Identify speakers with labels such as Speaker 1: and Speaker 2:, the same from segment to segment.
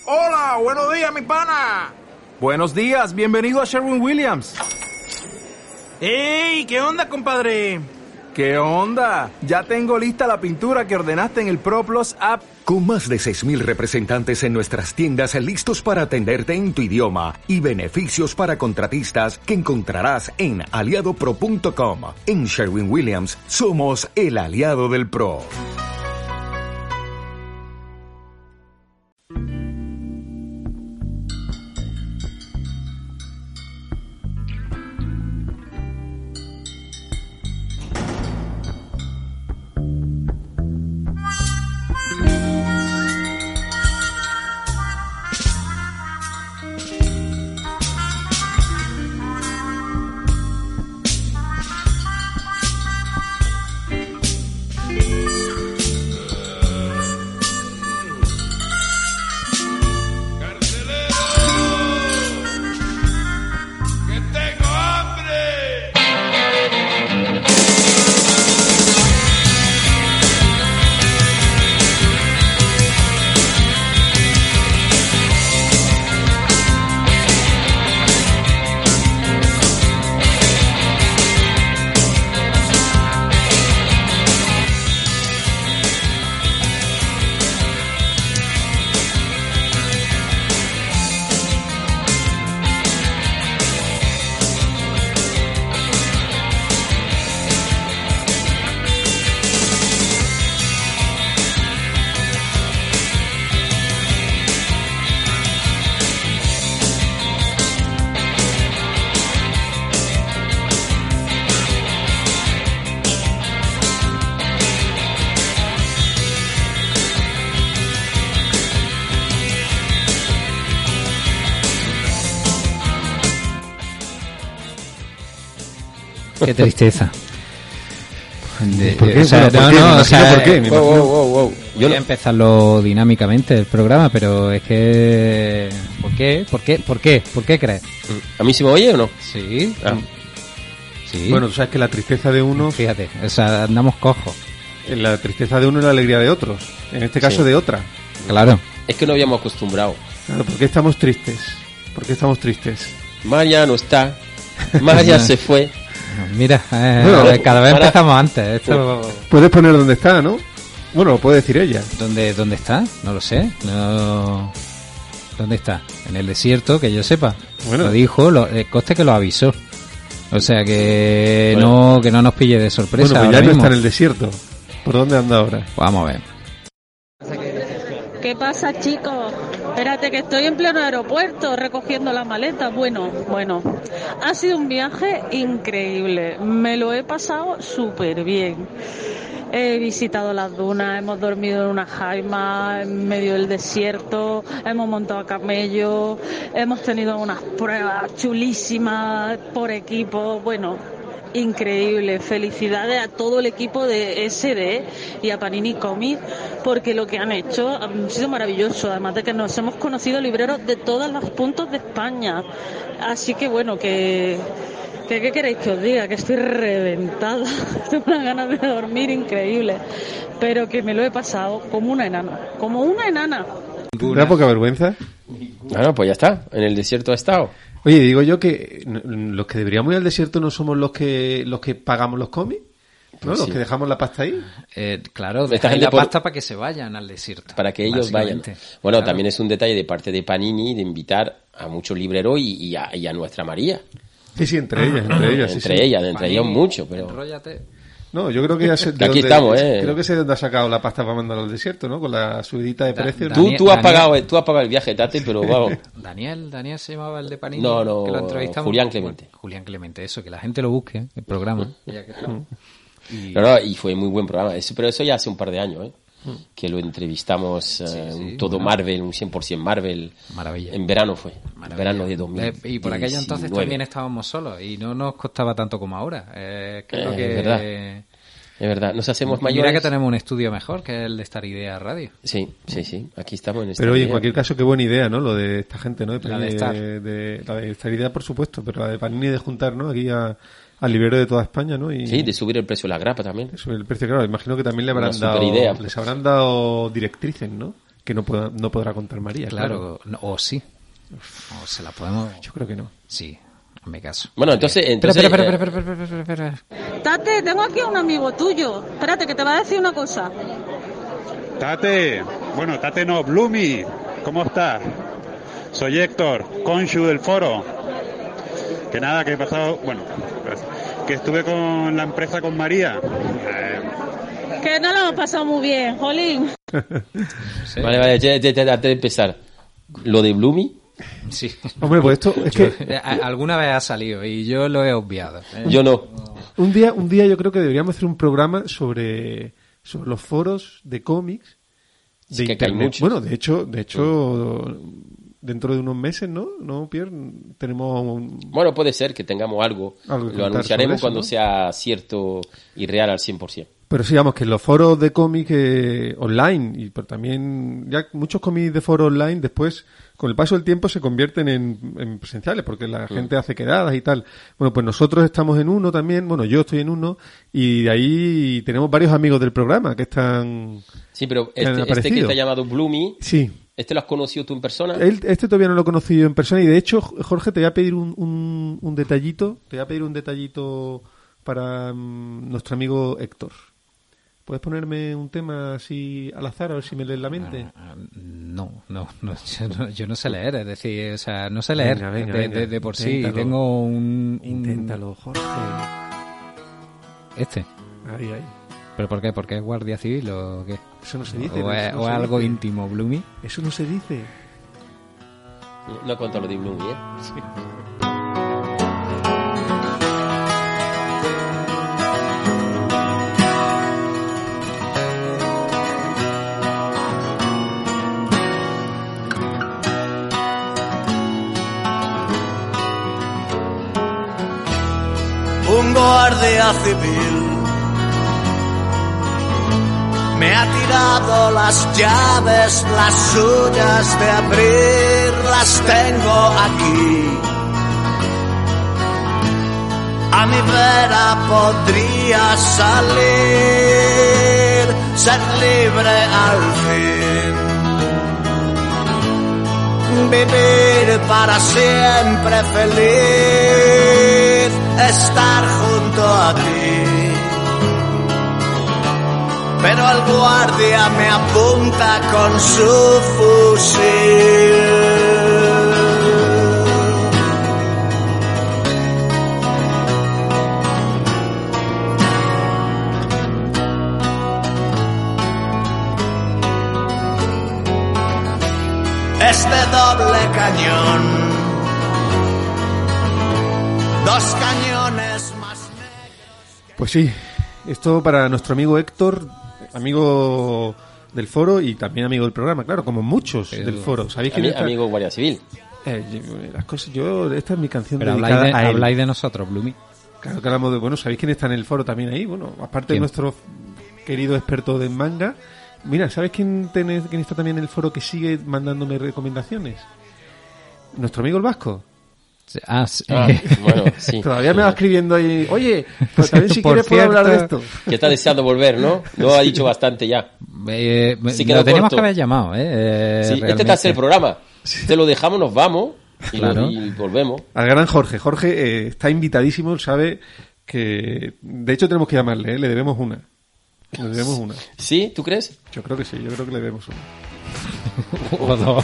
Speaker 1: Hola, buenos días, mi pana.
Speaker 2: Buenos días, bienvenido a Sherwin-Williams.
Speaker 1: ¡Ey! ¿Qué onda, compadre?
Speaker 2: ¿Qué onda? Ya tengo lista la pintura que ordenaste en el ProPlus app.
Speaker 3: Con más de 6,000 representantes en nuestras tiendas listos para atenderte en tu idioma y beneficios para contratistas que encontrarás en aliadopro.com. En Sherwin-Williams somos el aliado del pro.
Speaker 4: Qué tristeza.
Speaker 5: ¿Por qué? ¿Por qué?
Speaker 4: Wow. Yo voy a empezarlo dinámicamente el programa, pero es que... ¿Por qué crees?
Speaker 5: ¿A mí se me oye o no?
Speaker 4: Sí. Sí.
Speaker 5: Bueno, tú sabes que la tristeza de uno...
Speaker 4: Fíjate, o sea, andamos cojos.
Speaker 5: La tristeza de uno es la alegría de otros. En este caso de otra.
Speaker 4: Claro.
Speaker 5: Es que no habíamos acostumbrado. Claro, ¿por qué estamos tristes? Maya no está. Maya se fue.
Speaker 4: Mira, cada vez empezamos antes. Esto...
Speaker 5: Puedes poner dónde está, ¿no? Bueno, lo puede decir ella.
Speaker 4: ¿Dónde está? No lo sé. No... ¿Dónde está? En el desierto, que yo sepa. Bueno. Lo dijo, conste que lo avisó. O sea que bueno. Que no nos pille de sorpresa.
Speaker 5: Bueno, pues ya no está en el desierto. ¿Por dónde anda ahora?
Speaker 4: Vamos a ver.
Speaker 6: ¿Qué pasa, chicos? Espérate que estoy en pleno aeropuerto recogiendo las maletas. Bueno, ha sido un viaje increíble. Me lo he pasado súper bien. He visitado las dunas, hemos dormido en una jaima en medio del desierto, hemos montado a camello, hemos tenido unas pruebas chulísimas por equipo. Bueno, increíble. Felicidades a todo el equipo de SD y a Panini Comics, porque lo que han hecho ha sido maravilloso, además de que nos hemos conocido libreros de todos los puntos de España. Así que bueno, ¿qué queréis que os diga? Que estoy reventada, tengo unas ganas de dormir increíbles, pero que me lo he pasado como una enana.
Speaker 5: ¿Te da poca vergüenza?
Speaker 7: Bueno, pues ya está, en el desierto ha estado.
Speaker 5: Oye, digo yo que los que deberíamos ir al desierto no somos los que pagamos los cómics, ¿no? Pues los que dejamos la pasta ahí.
Speaker 4: Claro, dejáis la pasta para que se vayan al desierto.
Speaker 7: Para que ellos vayan. Bueno, claro. También es un detalle de parte de Panini de invitar a muchos libreros y a nuestra María.
Speaker 5: Sí, entre ellas
Speaker 7: mucho, pero...
Speaker 4: Enróllate.
Speaker 5: No, yo creo que ya sé de
Speaker 7: aquí
Speaker 5: dónde,
Speaker 7: estamos,
Speaker 5: creo que sé de dónde ha sacado la pasta para mandarlo al desierto, ¿no? Con la subidita de precios.
Speaker 7: Tú has pagado el viaje, Tate, pero vamos.
Speaker 4: Daniel se llamaba el de Panini.
Speaker 7: No,
Speaker 4: que lo entrevistamos.
Speaker 7: Julián Clemente.
Speaker 4: Julián Clemente, eso, que la gente lo busque, el programa. Ya que
Speaker 7: y fue muy buen programa, pero eso ya hace un par de años, que lo entrevistamos todo Marvel, un 100% Marvel.
Speaker 4: Maravilla.
Speaker 7: En verano fue. Maravilla. Verano de 2000.
Speaker 4: Y por aquello entonces también estábamos solos y no nos costaba tanto como ahora.
Speaker 7: Es verdad, nos hacemos mayores.
Speaker 4: Mira que tenemos un estudio mejor que el de Star Idea Radio.
Speaker 7: Sí, aquí estamos en Star
Speaker 5: Pero oye,
Speaker 7: Idea.
Speaker 5: En cualquier caso, qué buena idea, ¿no? Lo de esta gente, ¿no?
Speaker 4: La de Star.
Speaker 5: La de Star Idea, por supuesto, pero la de Panini de juntar, ¿no? Aquí al librero de toda España, ¿no?
Speaker 7: Sí, de subir el precio de la grapa también.
Speaker 5: De subir el precio, claro. Imagino que también les habrán dado directrices, ¿no? que no podrá contar María.
Speaker 4: Claro. O sí. O se la podemos...
Speaker 5: Yo creo que no.
Speaker 4: Sí, en mi caso.
Speaker 7: Bueno, entonces...
Speaker 4: Espera.
Speaker 6: Tate, tengo aquí a un amigo tuyo. Espérate, que te va a decir una cosa.
Speaker 8: Tate, bueno, Tate no, Blumi, ¿cómo estás? Soy Héctor, Conchu del foro. Que nada, que he pasado, bueno, que estuve con la empresa con María.
Speaker 6: Que no lo hemos pasado muy bien, jolín.
Speaker 7: Sí. Vale, antes de empezar, lo de Blumi.
Speaker 4: Sí.
Speaker 5: Hombre, pues esto es que...
Speaker 4: Alguna vez ha salido y yo lo he obviado.
Speaker 7: Yo no.
Speaker 5: Un día yo creo que deberíamos hacer un programa sobre los foros de cómics de
Speaker 7: sí, que
Speaker 5: internet.
Speaker 7: hay muchos.
Speaker 5: Bueno, de hecho, dentro de unos meses, ¿no, Pierre? Tenemos
Speaker 7: Bueno, puede ser que tengamos algo. Lo anunciaremos cuando sea cierto y real al 100%.
Speaker 5: Pero sí, digamos que los foros de cómic online, pero también ya muchos cómics de foros online después, con el paso del tiempo, se convierten en presenciales, porque la gente hace quedadas y tal. Bueno, pues nosotros estamos en uno también, bueno, yo estoy en uno, y de ahí tenemos varios amigos del programa que están...
Speaker 7: Sí, pero este que te ha llamado Blumi,
Speaker 5: sí.
Speaker 7: ¿Este lo has conocido tú en persona?
Speaker 5: Este todavía no lo he conocido en persona, y de hecho, Jorge, te voy a pedir un detallito, para nuestro amigo Héctor. ¿Puedes ponerme un tema así al azar, a ver si me lees la mente?
Speaker 4: No, yo no sé leer, es decir, o sea, no sé leer
Speaker 5: venga,
Speaker 4: de por
Speaker 5: inténtalo.
Speaker 4: Sí. Tengo un...
Speaker 5: Inténtalo, Jorge. Ahí.
Speaker 4: ¿Pero por qué? ¿Porque es guardia civil o qué?
Speaker 5: Eso no se dice.
Speaker 4: ¿O es algo íntimo, Blumi?
Speaker 5: Eso no se dice.
Speaker 7: No cuento lo de Blumi, ¿eh?
Speaker 5: Sí.
Speaker 9: Un guardia civil me ha tirado las llaves, las suyas de abrir las tengo aquí. A mi vera podría salir, ser libre al fin, vivir para siempre feliz, estar junto a ti. Pero el guardia me apunta con su fusil. Este doble cañón, dos cañones más negros.
Speaker 5: Pues sí, esto para nuestro amigo Héctor, amigo del foro y también amigo del programa, claro, como muchos del foro. ¿Sabéis quién está?
Speaker 7: Amigo Guardia Civil.
Speaker 5: Esta es mi canción
Speaker 4: pero
Speaker 5: dedicada a él.
Speaker 4: Habláis de nosotros, Blumi.
Speaker 5: Claro que hablamos de... Bueno, ¿sabéis quién está en el foro también ahí? Bueno, aparte de nuestro querido experto de manga. Mira, ¿sabes quién está también en el foro que sigue mandándome recomendaciones? Nuestro amigo el Vasco.
Speaker 7: Bueno, sí.
Speaker 5: Todavía me va escribiendo ahí. Oye, pues también si quieres puedo hablar de esto.
Speaker 7: Que está deseando volver, ¿no? No ha dicho bastante ya.
Speaker 4: Sí, lo teníamos que haber llamado,
Speaker 7: sí, este está el programa. Te lo dejamos, nos vamos y,
Speaker 4: claro.
Speaker 7: y volvemos.
Speaker 5: Al gran Jorge. Jorge está invitadísimo, sabe que... De hecho tenemos que llamarle, le debemos una. Le debemos una.
Speaker 7: ¿Sí? ¿Tú crees?
Speaker 5: Yo creo que sí, yo creo que le debemos una.
Speaker 4: O dos.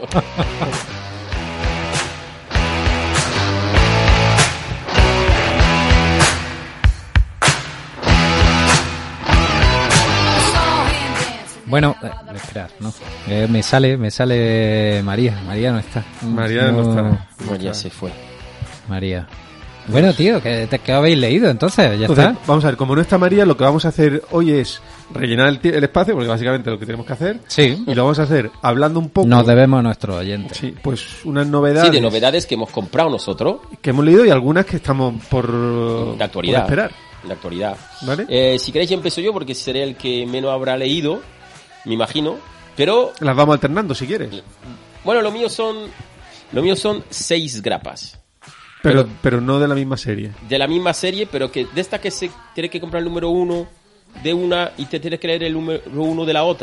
Speaker 4: Bueno, esperad, ¿no? Me sale María. María no está.
Speaker 5: María no está.
Speaker 7: María se fue.
Speaker 4: María. Bueno, tío, ¿qué habéis leído entonces?
Speaker 5: Está. Vamos a ver, como no está María, lo que vamos a hacer hoy es rellenar el espacio, porque básicamente lo que tenemos que hacer.
Speaker 4: Sí.
Speaker 5: Y lo vamos a hacer hablando un poco.
Speaker 4: Nos debemos a nuestros oyentes.
Speaker 5: Sí, pues unas novedades.
Speaker 7: Sí, de novedades que hemos comprado nosotros.
Speaker 5: Que hemos leído y algunas que estamos por esperar.
Speaker 7: La actualidad.
Speaker 5: ¿Vale?
Speaker 7: Si queréis empiezo yo, porque seré el que menos habrá leído, me imagino. Pero...
Speaker 5: Las vamos alternando, si quieres.
Speaker 7: Bueno, lo mío son 6 grapas.
Speaker 5: Pero no de la misma serie.
Speaker 7: De la misma serie, pero que de esta que se tiene que comprar el número 1 de una y te tienes que leer el número 1 de la otra.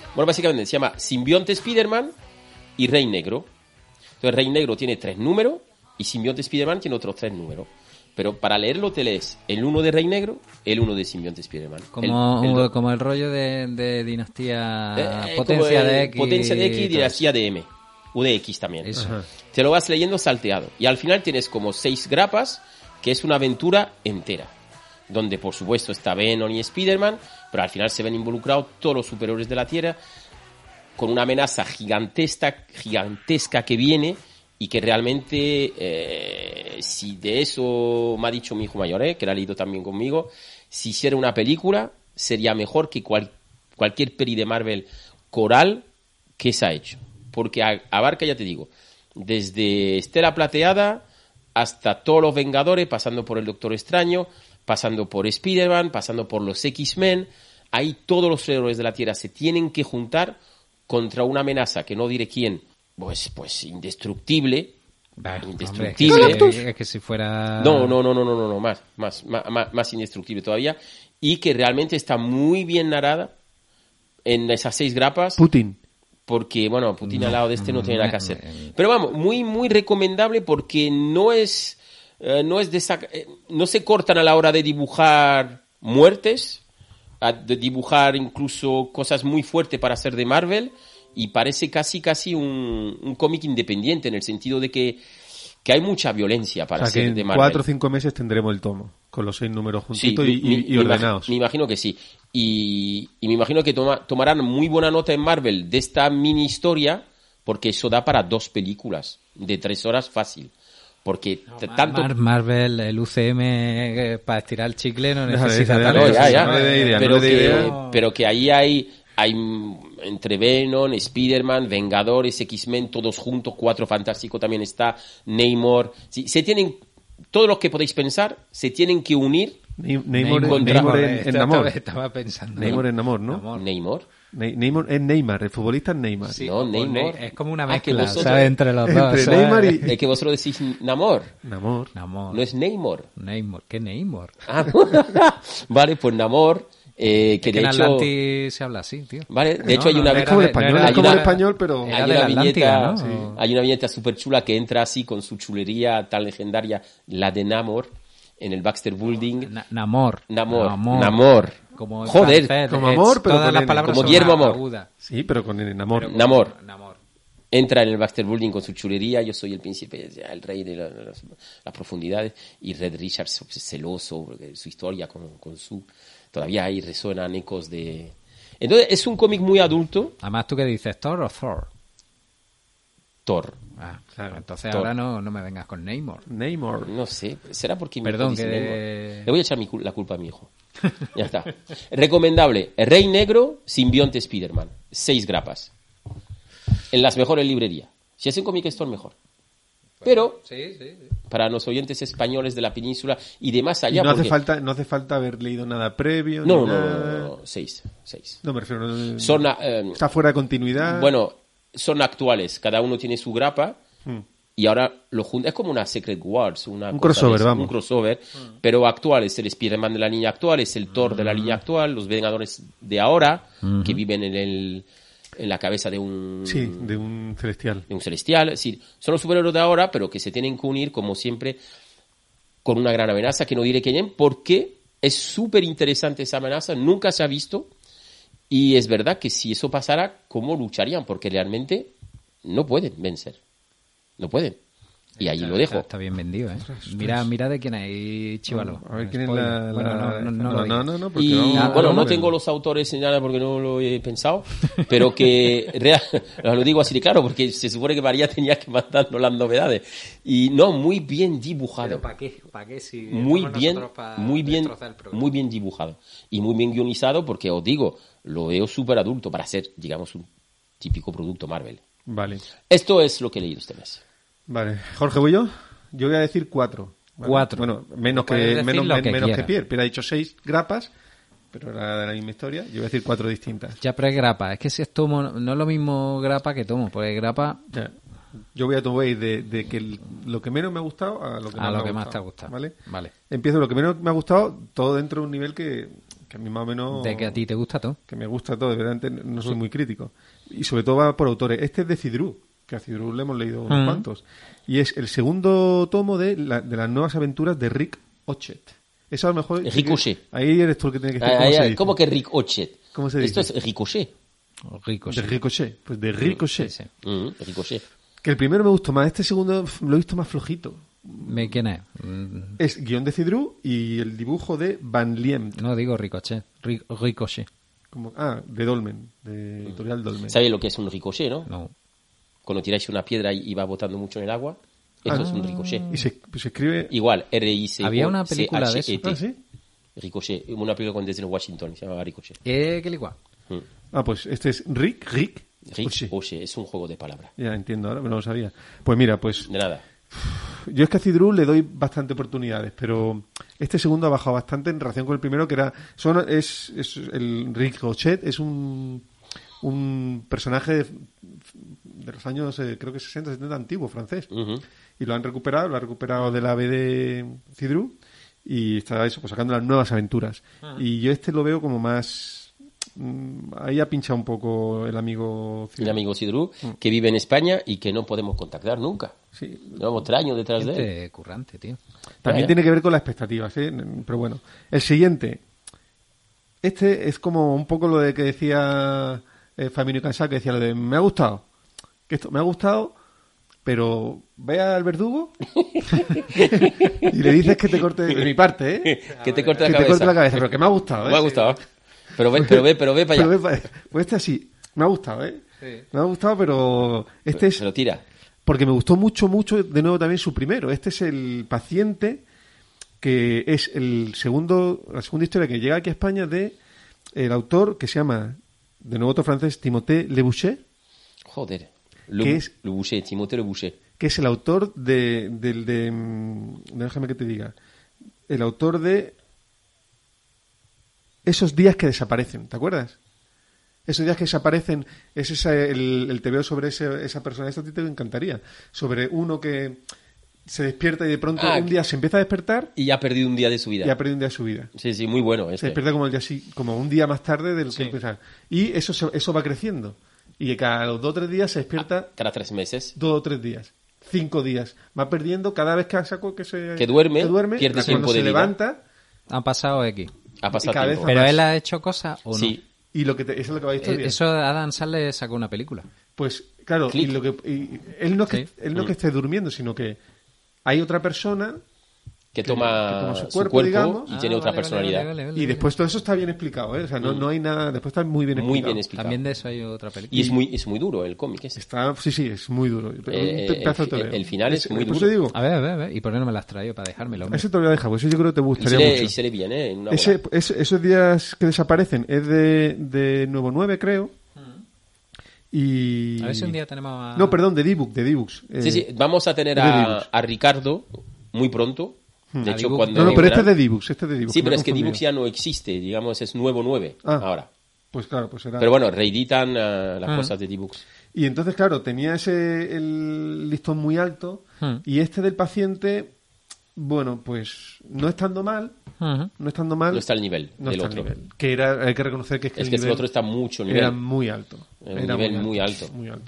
Speaker 7: Bueno, básicamente se llama Simbionte Spider-Man y Rey Negro. Entonces, Rey Negro tiene 3 números y Simbionte Spider-Man tiene otros 3 números. Pero para leerlo te lees el 1 de Rey Negro, el 1 de Simbionte Spider-Man.
Speaker 4: Como el rollo de Dinastía Potencia de X.
Speaker 7: Potencia de X y Dinastía de M. O de X también. Te lo vas leyendo salteado. Y al final tienes como 6 grapas, que es una aventura entera. Donde, por supuesto, está Venom y Spider-Man, pero al final se ven involucrados todos los superhéroes de la Tierra con una amenaza gigantesca que viene y que realmente, si de eso me ha dicho mi hijo mayor, que la ha leído también conmigo, si hiciera una película, sería mejor que cualquier peli de Marvel coral que se ha hecho. Porque abarca, ya te digo, desde Estela Plateada hasta todos los Vengadores, pasando por el Doctor Extraño, pasando por Spider-Man, pasando por los X-Men. Ahí todos los héroes de la Tierra se tienen que juntar contra una amenaza que no diré quién, pues indestructible. Indestructible.
Speaker 4: Es que si fuera...
Speaker 7: No, más indestructible todavía. Y que realmente está muy bien narrada en esas 6 grapas.
Speaker 5: Putin.
Speaker 7: Porque, bueno, Putin al lado de no tiene nada que hacer. Pero vamos, muy, muy recomendable porque no se cortan a la hora de dibujar muertes, de dibujar incluso cosas muy fuertes para ser de Marvel, y parece casi un cómic independiente en el sentido de que hay mucha violencia para ser de Marvel.
Speaker 5: 4 o 5 meses tendremos el tomo, con los 6 números juntitos y ordenados.
Speaker 7: Me imagino que sí. Y me imagino que tomarán muy buena nota en Marvel de esta mini historia, porque eso da para 2 películas de 3 horas fácil. Porque tanto...
Speaker 4: Marvel, el UCM, para estirar el chicle no necesita
Speaker 7: pero que ahí hay entre Venom, Spider-Man, Vengadores, X-Men, todos juntos, 4 Fantásticos también está, Namor. Sí, todos los que podéis pensar se tienen que unir.
Speaker 5: Namor en Namor.
Speaker 4: Estaba pensando.
Speaker 5: Namor en Namor, ¿no?
Speaker 7: Namor
Speaker 5: es Neymar, el futbolista es Neymar.
Speaker 7: Sí, no, Namor.
Speaker 4: Es como una mezcla, ¿sabes? Entre los dos.
Speaker 5: Entre Neymar y...
Speaker 7: Es que vosotros decís Namor.
Speaker 5: Namor.
Speaker 7: No es Namor.
Speaker 4: ¿Qué Namor?
Speaker 7: Vale, pues Namor... que de
Speaker 4: en
Speaker 7: hecho
Speaker 4: Atlantis se habla así, tío.
Speaker 7: Vale, de hecho hay una
Speaker 5: es como el español, pero
Speaker 7: hay una viñeta súper chula que entra así con su chulería tan legendaria, la de Namor, en el Baxter Building.
Speaker 4: Namor.
Speaker 7: Como joder,
Speaker 5: francés, como amor, pero
Speaker 4: todas las palabras
Speaker 7: como Guillermo Amor.
Speaker 5: Sí, pero con el Namor.
Speaker 7: Namor. Entra en el Baxter Building con su chulería, yo soy el príncipe, el rey de las profundidades, y Red Richards celoso porque su historia con su... Todavía ahí resuenan ecos de... Entonces, es un cómic muy adulto.
Speaker 4: Además, ¿tú qué dices? ¿Thor o Thor?
Speaker 7: Thor.
Speaker 4: Claro. Entonces Thor. Ahora no me vengas con Namor.
Speaker 7: No sé, será porque...
Speaker 4: Perdón, que...
Speaker 7: Le voy a echar la culpa a mi hijo. Ya está. Recomendable. Rey Negro, Simbionte Spider-Man. 6 grapas. En las mejores librerías. Si es un Comic Store, mejor. Pero, para los oyentes españoles de la península y de más allá...
Speaker 5: No hace falta haber leído nada previo.
Speaker 7: No. 6.
Speaker 5: No, me refiero...
Speaker 7: está
Speaker 5: fuera de continuidad.
Speaker 7: Bueno, son actuales. Cada uno tiene su grapa. Y ahora lo junta. Es como una Secret Wars. Un
Speaker 5: crossover, vamos.
Speaker 7: Un crossover. Pero actual. Es el Spider-Man de la línea actual. Es el Thor de la línea actual. Los Vengadores de ahora. Que viven en la cabeza de un...
Speaker 5: Sí, de un celestial.
Speaker 7: De un celestial. Sí, son los superhéroes de ahora, pero que se tienen que unir, como siempre, con una gran amenaza, que no diré quién es, porque es súper interesante esa amenaza, nunca se ha visto, y es verdad que si eso pasara, ¿cómo lucharían? Porque realmente no pueden vencer. No pueden. Y ahí lo dejo.
Speaker 4: Está bien vendido, ¿eh? Mira de quién hay, Chivalo.
Speaker 5: A ver quién es la...
Speaker 7: No, porque no tengo los autores ni nada porque no lo he pensado, pero que lo digo así de claro, porque se supone que María tenía que mandarnos las novedades. Y no, muy bien dibujado.
Speaker 4: ¿Para qué? Si
Speaker 7: muy bien dibujado. Y muy bien guionizado, porque os digo, lo veo súper adulto para ser, digamos, un típico producto Marvel.
Speaker 5: Vale.
Speaker 7: Esto es lo que he leído este mes.
Speaker 5: Vale, Jorge, ¿voy yo? Yo voy a decir 4. ¿Vale?
Speaker 4: 4.
Speaker 5: Menos que Pierre. Pierre ha dicho 6 grapas, pero era de la misma historia. Yo voy a decir 4 distintas.
Speaker 4: Ya, pero es grapa. Es que si es tomo, no es lo mismo grapa que tomo, porque grapa...
Speaker 5: Ya. Yo voy a tomar de que lo que menos me ha gustado a lo que más te ha gustado. ¿Vale?
Speaker 4: Vale.
Speaker 5: Empiezo lo que menos me ha gustado, todo dentro de un nivel que que a mí más o menos...
Speaker 4: De que a ti te gusta todo.
Speaker 5: Que me gusta todo, de verdad no soy muy crítico. Y sobre todo va por autores. Este es de Cidru, que a Cidru le hemos leído unos cuantos. Y es el segundo tomo de las nuevas aventuras de Rick Ochet. Eso a lo mejor...
Speaker 7: Ricochet.
Speaker 5: Ahí eres tú el que tiene que decir
Speaker 7: ¿Cómo que Rick Ochet?
Speaker 5: ¿Cómo se dice?
Speaker 7: Esto es Ricochet.
Speaker 5: De Ricochet. Pues de Ricochet.
Speaker 4: Sí.
Speaker 7: Ricochet.
Speaker 5: Que el primero me gustó más. Este segundo lo he visto más flojito.
Speaker 4: ¿Quién es?
Speaker 5: Es guión de Cidru y el dibujo de Van Liemt.
Speaker 4: No, digo Ricochet. Ricochet.
Speaker 5: De Dolmen, de editorial Dolmen.
Speaker 7: ¿Sabéis lo que es un ricochet, no?
Speaker 4: No.
Speaker 7: Cuando tiráis una piedra y va botando mucho en el agua, eso es un ricochet.
Speaker 5: Y se escribe...
Speaker 7: Igual, R-I-C-O-C-H-E-T.
Speaker 4: Había una película de eso.
Speaker 5: ¿Ah, sí?
Speaker 7: Ricochet, una película con Denzel Washington, se llamaba Ricochet.
Speaker 4: ¿Qué igual?
Speaker 5: Pues este es Rick
Speaker 7: Ochet, es un juego de palabras.
Speaker 5: Ya entiendo, ahora no lo sabía. Pues mira,
Speaker 7: De nada.
Speaker 5: Yo es que a Cidru le doy bastante oportunidades, pero este segundo ha bajado bastante en relación con el primero, que era... Es el Rick Ochet es un personaje de los años, creo que 60, 70, antiguo, francés. Y lo ha recuperado de la B de Cidru, y está eso, pues sacando las nuevas aventuras. Y yo este lo veo como más... ahí ha pinchado un poco el amigo Cidru.
Speaker 7: El amigo Cidru, que vive en España y que no podemos contactar nunca.
Speaker 5: Sí.
Speaker 7: Llevamos 3 años detrás de él.
Speaker 4: Currante, tío.
Speaker 5: También tiene que ver con las expectativas, ¿eh? Pero bueno. El siguiente. Este es como un poco lo de que decía Famino Cansado, que decía lo de me ha gustado. Que esto me ha gustado, pero ve al verdugo y le dices que te corte de mi parte, ¿eh?
Speaker 7: Que te corte la
Speaker 5: que
Speaker 7: cabeza.
Speaker 5: te corte la cabeza, pero que me ha gustado, ¿eh?
Speaker 7: Me ha gustado. Pero ve para allá.
Speaker 5: Pues este así, me ha gustado, ¿eh? Sí. Me ha gustado, pero este es...
Speaker 7: Pero tira.
Speaker 5: Porque me gustó mucho, de nuevo también su primero. Este es el paciente, que es la segunda historia que llega aquí a España de el autor que se llama, de nuevo otro francés, Timothée Le Boucher.
Speaker 7: Joder. Timothée Le Boucher.
Speaker 5: Que es el autor déjame que te diga. El autor de Esos días que desaparecen, ¿te acuerdas? Esos días que desaparecen, es el TVO sobre esa persona. Esto a ti te encantaría. Sobre uno que se despierta y de pronto un día se empieza a despertar.
Speaker 7: Y ya ha perdido un día de su vida.
Speaker 5: Sí,
Speaker 7: muy bueno.
Speaker 5: Se despierta como un día más tarde del que empezar. Y eso va creciendo. Y cada 2 o 3 días se despierta.
Speaker 7: Cada 3 meses.
Speaker 5: 2 o 3 días. 5 días. Va perdiendo cada vez que
Speaker 7: duerme, pierde tiempo de vida.
Speaker 5: Se levanta.
Speaker 4: Ha pasado X.
Speaker 7: Ha pasado tiempo.
Speaker 4: ¿Pero él ha hecho cosas o no?
Speaker 7: Sí.
Speaker 5: Y eso es lo que va a historia.
Speaker 4: Eso Adam Sandler sacó una película.
Speaker 5: Pues claro, él no que esté durmiendo, sino que hay otra persona
Speaker 7: que toma
Speaker 5: su cuerpo, digamos,
Speaker 7: y tiene otra personalidad.
Speaker 5: Vale. Y después todo eso está bien explicado, ¿eh? O sea, no hay nada, después está muy bien explicado.
Speaker 4: También de eso hay otra película.
Speaker 7: Y es muy duro el cómic ese.
Speaker 5: Sí, es muy duro.
Speaker 7: El final es muy duro.
Speaker 5: Te digo,
Speaker 4: a ver, ¿y por qué no me las traído para dejármelo?
Speaker 5: Ese te lo voy a dejar, pues eso yo creo que te gustaría mucho.
Speaker 7: Y se le viene, en una
Speaker 5: esos días que desaparecen es de Nuevo 9, creo. Y...
Speaker 4: A ver si un día tenemos
Speaker 5: No, perdón, de D-Books.
Speaker 7: Sí, vamos a tener a Ricardo muy pronto. De hecho, cuando...
Speaker 5: No, pero este es de D-Books.
Speaker 7: Sí, pero es que D-Books ya no existe, digamos, es Nuevo 9 ahora.
Speaker 5: Pues claro, pues era...
Speaker 7: Pero bueno, reeditan las cosas de D-Books.
Speaker 5: Y entonces, claro, tenía el listón muy alto y este del paciente, bueno, pues no estando mal, no está
Speaker 7: al nivel del otro.
Speaker 5: Que hay que reconocer que
Speaker 7: el otro está mucho nivel.
Speaker 5: Era muy alto.
Speaker 7: Era un nivel muy alto.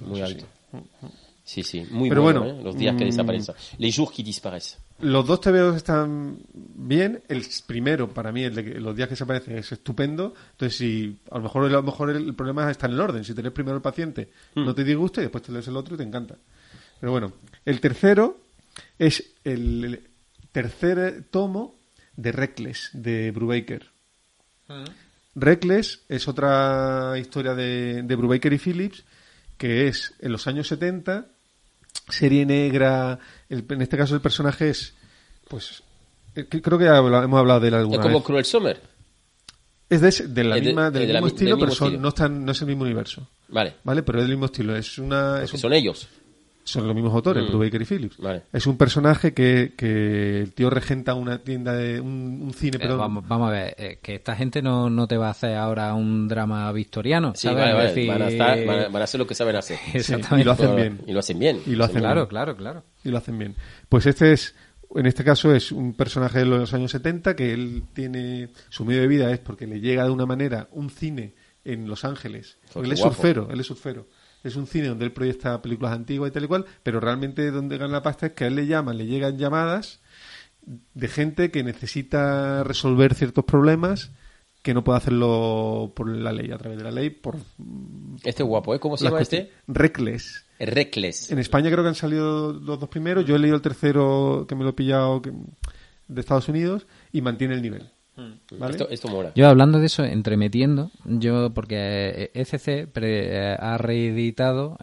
Speaker 7: Sí, muy
Speaker 5: pero
Speaker 7: bueno, los días que desaparecen. Les jours qui disparaissent.
Speaker 5: Los dos TVOs están bien. El primero, para mí, el de los días que desaparecen, es estupendo. Entonces, a lo mejor el problema está en el orden. Si tenés primero el paciente, no te disgusta y después te lees el otro y te encanta. Pero bueno, el tercero es el tercer tomo de Reckless, de Brubaker. Reckless es otra historia de Brubaker y Phillips, que es en los años 70, serie negra. En este caso el personaje es, pues, creo que hemos hablado de él alguna vez.
Speaker 7: ¿Es como Cruel Summer?
Speaker 5: Es del mismo estilo, pero no es el mismo universo.
Speaker 7: Vale,
Speaker 5: pero es del mismo estilo.
Speaker 7: Son ellos.
Speaker 5: Son los mismos autores, Brubaker y Phillips.
Speaker 7: Vale.
Speaker 5: Es un personaje que el tío regenta una tienda de un cine, perdón.
Speaker 4: Vamos a ver, que esta gente no te va a hacer ahora un drama victoriano,
Speaker 7: sí,
Speaker 4: ¿sabes?
Speaker 7: Vale.
Speaker 4: Decir...
Speaker 7: Van a hacer lo que saben hacer.
Speaker 4: Exactamente.
Speaker 5: Sí, y lo hacen bien.
Speaker 7: Y lo hacen bien.
Speaker 5: Y lo hacen
Speaker 4: claro.
Speaker 5: Y lo hacen bien. Pues este es En este caso es un personaje de los años 70 que él tiene... Su medio de vida es porque le llega de una manera un cine en Los Ángeles. Él es surfero. Es un cine donde él proyecta películas antiguas y tal y cual, pero realmente donde gana la pasta es que a él le llegan llamadas de gente que necesita resolver ciertos problemas que no puede hacerlo por la ley, a través de la ley, por...
Speaker 7: Este guapo, ¿eh? ¿Cómo se llama este?
Speaker 5: Reckless.
Speaker 7: Reckless.
Speaker 5: En España creo que han salido los 2 primeros. Yo he leído el tercero, que me lo he pillado de Estados Unidos, y mantiene el nivel. ¿Vale?
Speaker 7: Esto mola.
Speaker 4: Yo hablando de eso, entremetiendo, porque ECC ha reeditado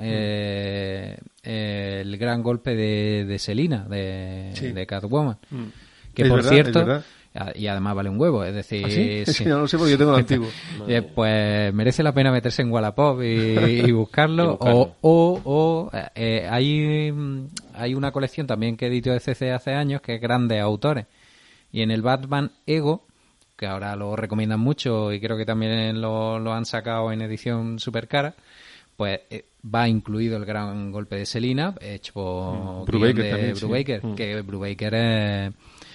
Speaker 4: el gran golpe de Selina, de Catwoman. Que
Speaker 5: es
Speaker 4: por
Speaker 5: verdad,
Speaker 4: cierto... Y además vale un huevo, es decir...
Speaker 5: ¿Ah, sí?
Speaker 4: Sí.
Speaker 5: No lo sé porque yo tengo el antiguo.
Speaker 4: Pues merece la pena meterse en Wallapop y buscarlo. Hay una colección también que editó ECC hace años, que es Grandes Autores. Y en el Batman Ego, que ahora lo recomiendan mucho y creo que también lo han sacado en edición super cara, pues va incluido el gran golpe de Selina, hecho por Brubaker, que Brubaker es...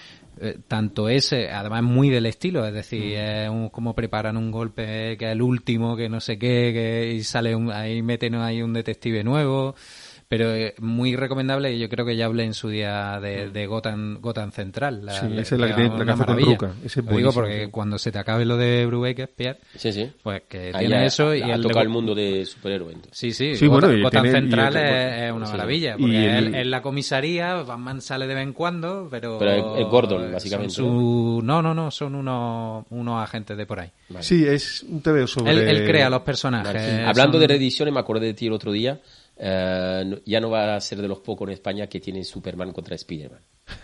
Speaker 4: tanto ese, además muy del estilo, es decir, es como preparan un golpe que es el último, que no sé qué, y sale ahí meten ahí un detective nuevo, pero muy recomendable, y yo creo que ya hablé en su día de Gotham Central.
Speaker 5: Esa es la que tiene la café con Ruca. Ese es
Speaker 4: lo digo porque cuando se te acabe lo de Brubaker, Pierre, pues que tiene eso y
Speaker 7: ha tocado el mundo de superhéroes.
Speaker 4: Sí,
Speaker 5: bueno,
Speaker 4: Gotham Central es una maravilla, porque en la comisaría Batman sale de vez en cuando, pero
Speaker 7: es Gordon, básicamente.
Speaker 4: Son unos agentes de por ahí.
Speaker 5: Vale. Sí, es un TVO sobre...
Speaker 4: Él crea los personajes.
Speaker 7: Vale. Hablando de reediciones, me acordé de ti el otro día. Ya no va a ser de los pocos en España que tienen Superman contra Spiderman.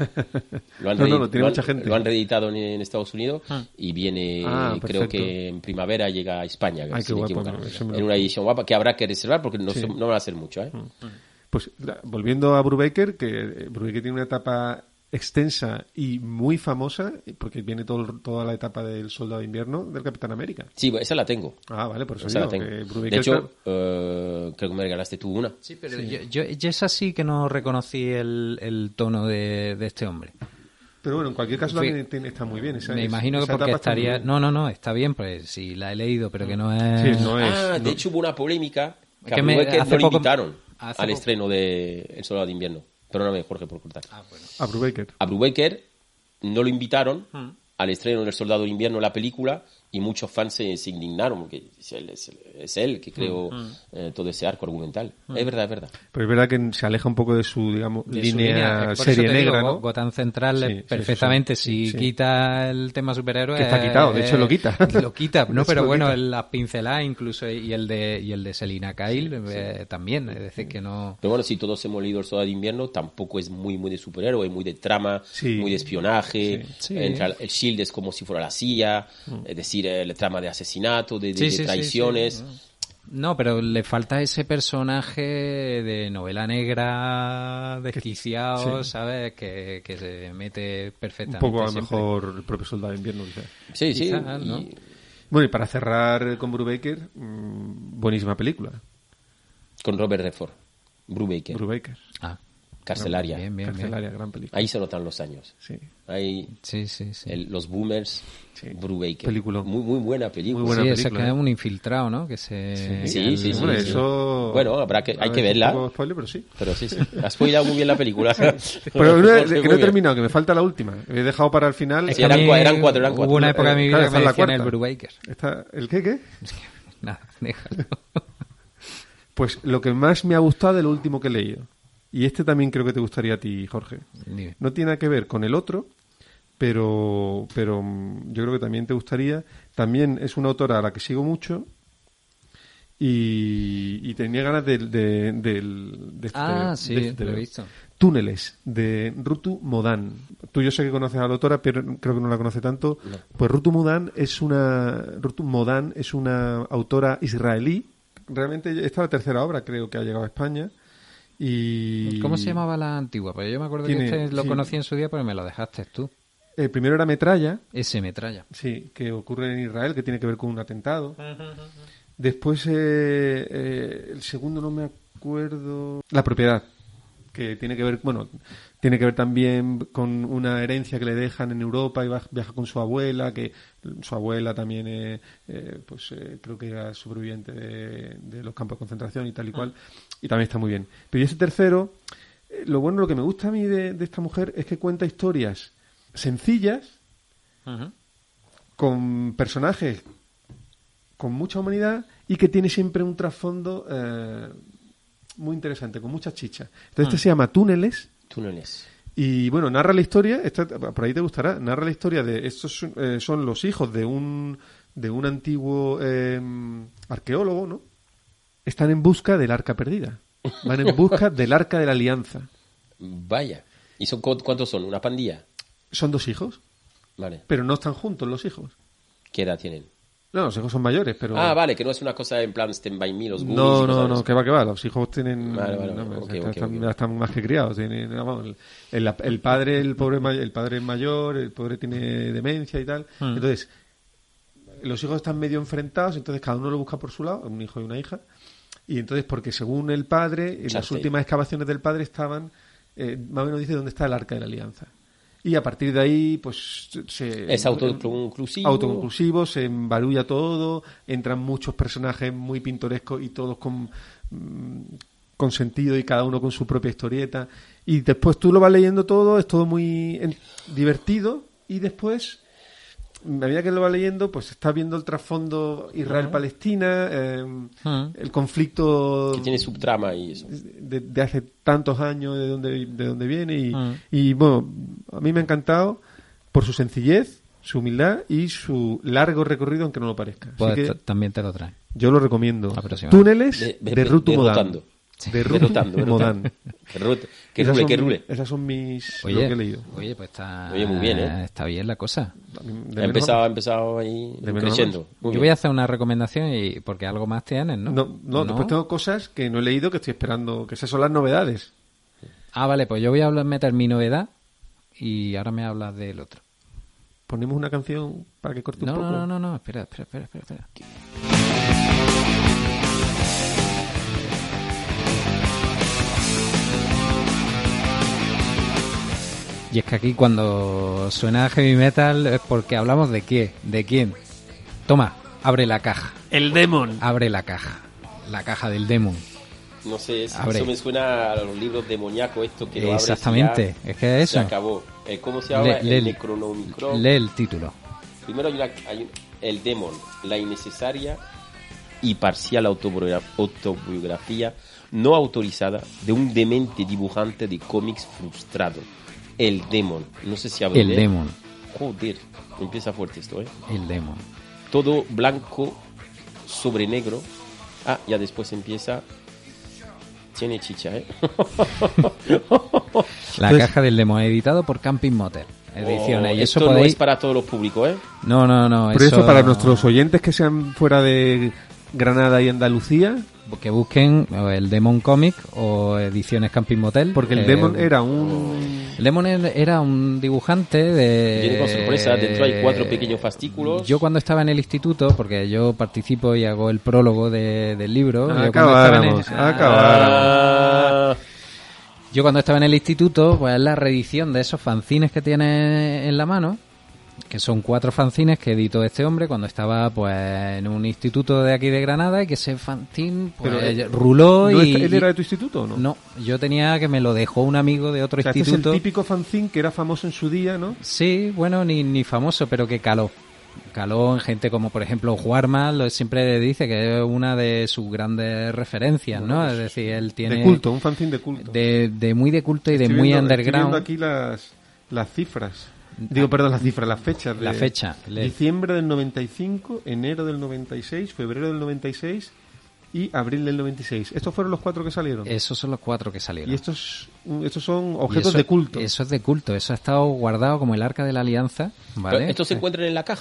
Speaker 7: Lo tiene mucha gente. Lo han reeditado en Estados Unidos y viene, creo que en primavera llega a España, si me equivoco. En una edición guapa que habrá que reservar porque no va a ser mucho.
Speaker 5: Pues volviendo a Brubaker, que Brubaker tiene una etapa extensa y muy famosa, porque viene toda la etapa del Soldado de Invierno del Capitán América.
Speaker 7: Sí, esa la tengo.
Speaker 5: Ah, vale, por eso
Speaker 7: esa
Speaker 5: digo,
Speaker 7: la tengo.
Speaker 5: Brubaker,
Speaker 7: de hecho, creo que me regalaste tú una.
Speaker 4: Sí, pero yo esa sí que no reconocí el tono de este hombre.
Speaker 5: Pero bueno, en cualquier caso también está muy bien.
Speaker 4: Me imagino que porque estaría... No, está bien, pues sí, la he leído, pero que no es...
Speaker 5: Sí, no es.
Speaker 7: De hecho hubo una polémica que a Brubaker no le invitaron al estreno de El Soldado de Invierno. Perdóname, Jorge, por cortar.
Speaker 5: Bueno. A
Speaker 7: Brubaker no lo invitaron al estreno del Soldado de Invierno, la película, y muchos fans se indignaron, porque es él que creó todo ese arco argumental. Es verdad.
Speaker 5: Pero es verdad que se aleja un poco de su, digamos, línea serie negra, ¿no?
Speaker 4: Gotham Central, perfectamente, si quita el tema superhéroe...
Speaker 5: Que está quitado, de hecho lo quita.
Speaker 4: Lo quita, ¿no? Pero bueno, las pinceladas incluso, y el de Selina Kyle también, es decir, que no...
Speaker 7: Pero bueno, si todos hemos leído El Soldado de Invierno, tampoco es muy de superhéroe, muy de trama, muy de espionaje. El S.H.I.E.L.D. es como si fuera la CIA, es decir, el trama de asesinato, de traiciones.
Speaker 4: No, pero le falta ese personaje de novela negra desquiciado, ¿sabes? Que se mete perfectamente.
Speaker 5: Un poco a lo mejor el propio Soldado de Invierno, quizás.
Speaker 7: Sí.
Speaker 4: Quizás, ¿no?
Speaker 5: Bueno, y para cerrar con Brubaker, buenísima película.
Speaker 7: Con Robert Redford. Brubaker. Carcelaria.
Speaker 4: Bien.
Speaker 5: Gran película.
Speaker 7: Ahí se notan los años.
Speaker 5: Sí.
Speaker 7: Ahí los boomers, Brubaker.
Speaker 5: Película.
Speaker 7: Muy buena película.
Speaker 5: Muy buena película.
Speaker 4: Ese que es un infiltrado, ¿no? Que se...
Speaker 7: Sí.
Speaker 5: Bueno, eso...
Speaker 7: Bueno, hay que verla.
Speaker 5: Un poco spoiler, pero sí.
Speaker 7: Pero sí. Has spoilado muy bien la película.
Speaker 5: Pero que no he terminado, que me falta la última. He dejado para el final.
Speaker 7: Sí, eran cuatro.
Speaker 4: Hubo una época de mi vida que me decían el Brubaker.
Speaker 5: ¿El qué?
Speaker 4: Nada, déjalo.
Speaker 5: Pues lo que más me ha gustado de lo último que he leído, y este también creo que te gustaría a ti, Jorge.
Speaker 4: Dime.
Speaker 5: No tiene nada que ver con el otro, pero yo creo que también te gustaría. También es una autora a la que sigo mucho y tenía ganas de
Speaker 4: lo he visto.
Speaker 5: Túneles, de Rutu Modan. Tú yo sé que conoces a la autora, pero creo que no la conoce tanto. No. Pues Rutu Modan es una autora israelí. Realmente esta es la tercera obra, creo, que ha llegado a España.
Speaker 4: ¿Cómo se llamaba la antigua? Pues yo me acuerdo que lo conocí en su día, pero me lo dejaste tú.
Speaker 5: El primero era Metralla.
Speaker 4: Metralla.
Speaker 5: Sí, que ocurre en Israel, que tiene que ver con un atentado. Después, el segundo no me acuerdo. La propiedad. que tiene que ver también con una herencia que le dejan en Europa y viaja con su abuela, que su abuela también creo que era sobreviviente de los campos de concentración y tal y cual, y también está muy bien. Pero y ese tercero, lo que me gusta a mí de esta mujer es que cuenta historias sencillas, con personajes con mucha humanidad y que tiene siempre un trasfondo muy interesante, con mucha chicha. Entonces este se llama Túneles. Y bueno, narra la historia, por ahí te gustará, narra la historia de estos son los hijos de un antiguo arqueólogo, ¿no? Están en busca del arca perdida. Van en busca del arca de la alianza.
Speaker 7: Vaya. ¿Y son cuántos son? ¿Una pandilla?
Speaker 5: Son 2 hijos.
Speaker 7: Vale.
Speaker 5: Pero no están juntos los hijos.
Speaker 7: ¿Qué edad tienen?
Speaker 5: No, los hijos son mayores, pero...
Speaker 7: Ah, vale, que no es una cosa en plan Stand By Me, los Goonies.
Speaker 5: No, que va. Los hijos tienen...
Speaker 7: Vale.
Speaker 5: Están más que criados. El padre es mayor, el pobre tiene demencia y tal. Entonces, los hijos están medio enfrentados, entonces cada uno lo busca por su lado, un hijo y una hija. Y entonces, porque según el padre, en las últimas excavaciones del padre estaban... más o menos dice dónde está el Arca de la Alianza. Y a partir de ahí, pues... es autoconclusivo, se embarulla todo, entran muchos personajes muy pintorescos y todos con sentido y cada uno con su propia historieta. Y después tú lo vas leyendo todo, es todo muy divertido y después... A medida que lo va leyendo, pues está viendo el trasfondo Israel-Palestina, el conflicto
Speaker 7: que tiene subtrama y eso
Speaker 5: de hace tantos años, de dónde viene y bueno, a mí me ha encantado por su sencillez, su humildad y su largo recorrido, aunque no lo parezca.
Speaker 4: Pues que también te lo trae.
Speaker 5: Yo lo recomiendo. Túneles de Ruth Modan.
Speaker 7: De Modán. Que rule.
Speaker 5: Esas son mis...
Speaker 4: Oye,
Speaker 5: lo que he leído.
Speaker 4: Oye, pues está...
Speaker 7: Oye, muy bien, ¿eh?
Speaker 4: Está bien la cosa.
Speaker 7: Ha empezado ahí creciendo.
Speaker 4: Yo voy a hacer una recomendación porque algo más tienes, ¿no?
Speaker 5: No, después tengo cosas que no he leído que estoy esperando, que esas son las novedades.
Speaker 4: Ah, vale, pues yo voy a meter mi novedad y ahora me hablas del otro.
Speaker 5: ¿Ponemos una canción para que corte un poco?
Speaker 4: No, espera. Y es que aquí cuando suena heavy metal es porque hablamos de qué, de quién. Toma, abre la caja.
Speaker 5: El Demon.
Speaker 4: Abre la caja. La caja del Demon.
Speaker 7: No sé, eso me suena a los libros demoníacos esto que lo abres.
Speaker 4: Exactamente, es que eso.
Speaker 7: Se acabó. ¿Cómo se llama? El Necronomicron.
Speaker 4: Lee el título.
Speaker 7: Primero hay el Demon, la innecesaria y parcial autobiografía no autorizada de un demente dibujante de cómics frustrado. El Demon. No sé si hablo
Speaker 4: El Demon.
Speaker 7: Joder, empieza fuerte esto, ¿eh?
Speaker 4: El Demon.
Speaker 7: Todo blanco sobre negro. Ah, ya después empieza... Tiene chicha, ¿eh?
Speaker 4: La caja del Demon, editado por Camping Motel. Ediciones. Y
Speaker 7: esto
Speaker 4: eso
Speaker 7: no es para todos los públicos, ¿eh?
Speaker 4: No.
Speaker 5: Por eso para nuestros oyentes que sean fuera de Granada y Andalucía...
Speaker 4: Que busquen el Demon Comic o Ediciones Camping Motel.
Speaker 5: Porque el Demon era un...
Speaker 4: El Demon era un dibujante de...
Speaker 7: Viene con sorpresa, dentro hay 4 pequeños fascículos.
Speaker 4: Yo cuando estaba en el instituto, porque yo participo y hago el prólogo del libro... Yo cuando estaba en el instituto, pues es la reedición de esos fanzines que tiene en la mano, que son 4 fanzines que editó este hombre cuando estaba pues en un instituto de aquí de Granada, y que ese fanzine pues, ruló.
Speaker 5: ¿Él era de tu instituto o no?
Speaker 4: No, yo tenía que me lo dejó un amigo de otro instituto.
Speaker 5: Este es el típico fanzine que era famoso en su día, ¿no?
Speaker 4: Sí, bueno, ni famoso, pero que caló en gente como por ejemplo Juarma, siempre dice que es una de sus grandes referencias, ¿no? Es decir, él tiene...
Speaker 5: De culto, un fanzine de culto.
Speaker 4: De muy de culto y de muy underground.
Speaker 5: Estoy viendo aquí las cifras. Las fechas.
Speaker 4: La fecha.
Speaker 5: Diciembre del 95, enero del 96, febrero del 96 y abril del 96. ¿Estos fueron los 4 que salieron?
Speaker 4: Esos son los 4 que salieron.
Speaker 5: Y estos son objetos de culto.
Speaker 4: Eso es de culto. Eso ha estado guardado como el Arca de la Alianza, ¿vale?
Speaker 7: ¿Estos se encuentran en la caja?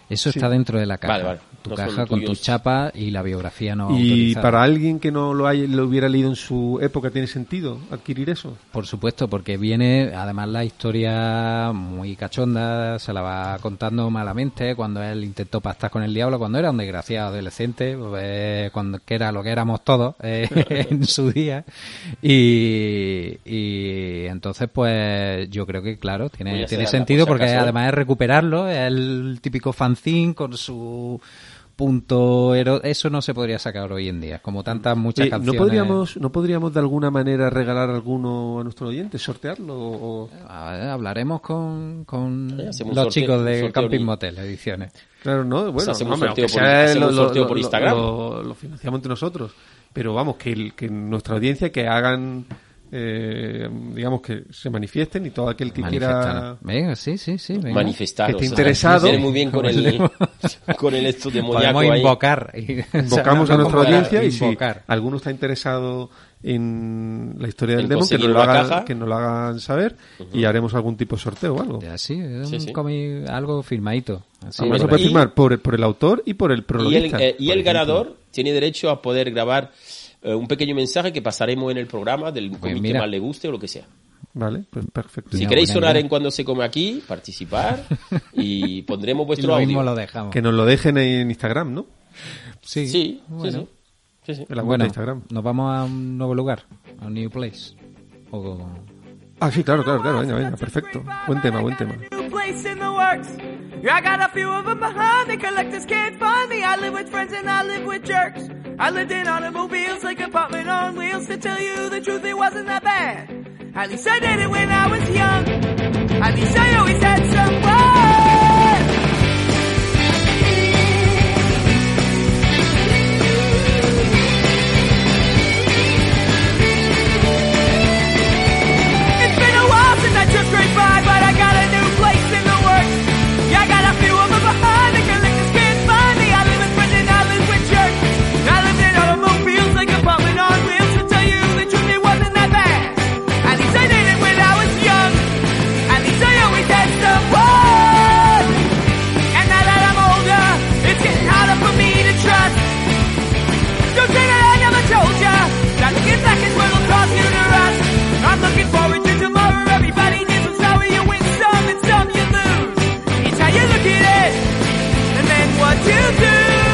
Speaker 4: Eso está dentro de la caja.
Speaker 7: Vale.
Speaker 4: Tu
Speaker 7: No
Speaker 4: caja
Speaker 7: son
Speaker 4: con tu
Speaker 7: tuyos.
Speaker 4: chapa y la biografía no
Speaker 5: ¿Y
Speaker 4: autorizada.
Speaker 5: para alguien que no lo hubiera leído en su época tiene sentido adquirir eso?
Speaker 4: Por supuesto, porque viene, además, la historia muy cachonda, se la va contando malamente cuando él intentó pactar con el diablo, cuando era un desgraciado adolescente, que era lo que éramos todos en su día. Y entonces, pues, yo creo que, claro, tiene sentido, porque además es recuperarlo, es el típico fanzine con su punto, eso no se podría sacar hoy en día, como muchas canciones.
Speaker 5: ¿No podríamos de alguna manera regalar alguno a nuestros oyentes, sortearlo?
Speaker 4: Hablaremos con
Speaker 7: hacemos
Speaker 4: los
Speaker 7: sorteo,
Speaker 4: chicos de
Speaker 7: sorteo
Speaker 4: Camping Motel, ediciones.
Speaker 5: Claro, no, bueno,
Speaker 7: hacemos
Speaker 5: hombre,
Speaker 7: sorteo por Instagram.
Speaker 5: Lo financiamos entre nosotros, pero vamos, que nuestra audiencia que hagan, digamos, que se manifiesten, y todo aquel que quiera...
Speaker 4: Venga, sí, venga.
Speaker 7: Manifestaros.
Speaker 5: Que esté interesado.
Speaker 7: Viene muy bien con el esto de Modiaco.
Speaker 4: Podemos invocar.
Speaker 5: Invocamos a nuestra audiencia, y si
Speaker 4: invocar.
Speaker 5: alguno está interesado en la historia del
Speaker 7: En
Speaker 5: demo,
Speaker 7: conseguir
Speaker 5: que nos lo hagan saber, y haremos algún tipo de sorteo o algo.
Speaker 4: Ya, sí, un cómic, algo firmadito. Así,
Speaker 5: Además, se puede firmar por el autor y por el prologuista.
Speaker 7: Y el ganador tiene derecho a poder grabar un pequeño mensaje que pasaremos en el programa del cómic que más le guste o lo que sea.
Speaker 5: Vale, pues perfecto.
Speaker 7: Si queréis sonar en Cuando se come aquí, participar, y pondremos vuestro audio.
Speaker 4: Mismo lo dejamos.
Speaker 5: Que nos lo dejen en Instagram, ¿no?
Speaker 7: Sí.
Speaker 4: Bueno.
Speaker 7: Sí.
Speaker 5: En la cuenta de Instagram.
Speaker 4: Nos vamos a un nuevo lugar, a un new place.
Speaker 5: Sí, claro, venga, perfecto. Buen tema.
Speaker 10: I got a few of them behind me, collectors can't find me. I live with friends and I live with jerks. I lived in automobiles like apartment on wheels. To tell you the truth, it wasn't that bad. At least I did it when I was young. At least I always had someone. It's been a while since I took grade 5, but I got a new place in the works. I got a few of them behind me, collectors can't find me. I live with friends and I live with jerks. I lived in automobiles like apartment on wheels. To tell you the truth, it wasn't that bad. At least I did it when I was young. At least I always had someone. And now that I'm older, it's getting harder for me to trust. Don't say that I never told ya. That looking back is what will cause you to rust. I'm looking forward to tomorrow. Everybody needs some sorrow. You win some and some you lose. It's how you look at it, and then what you do.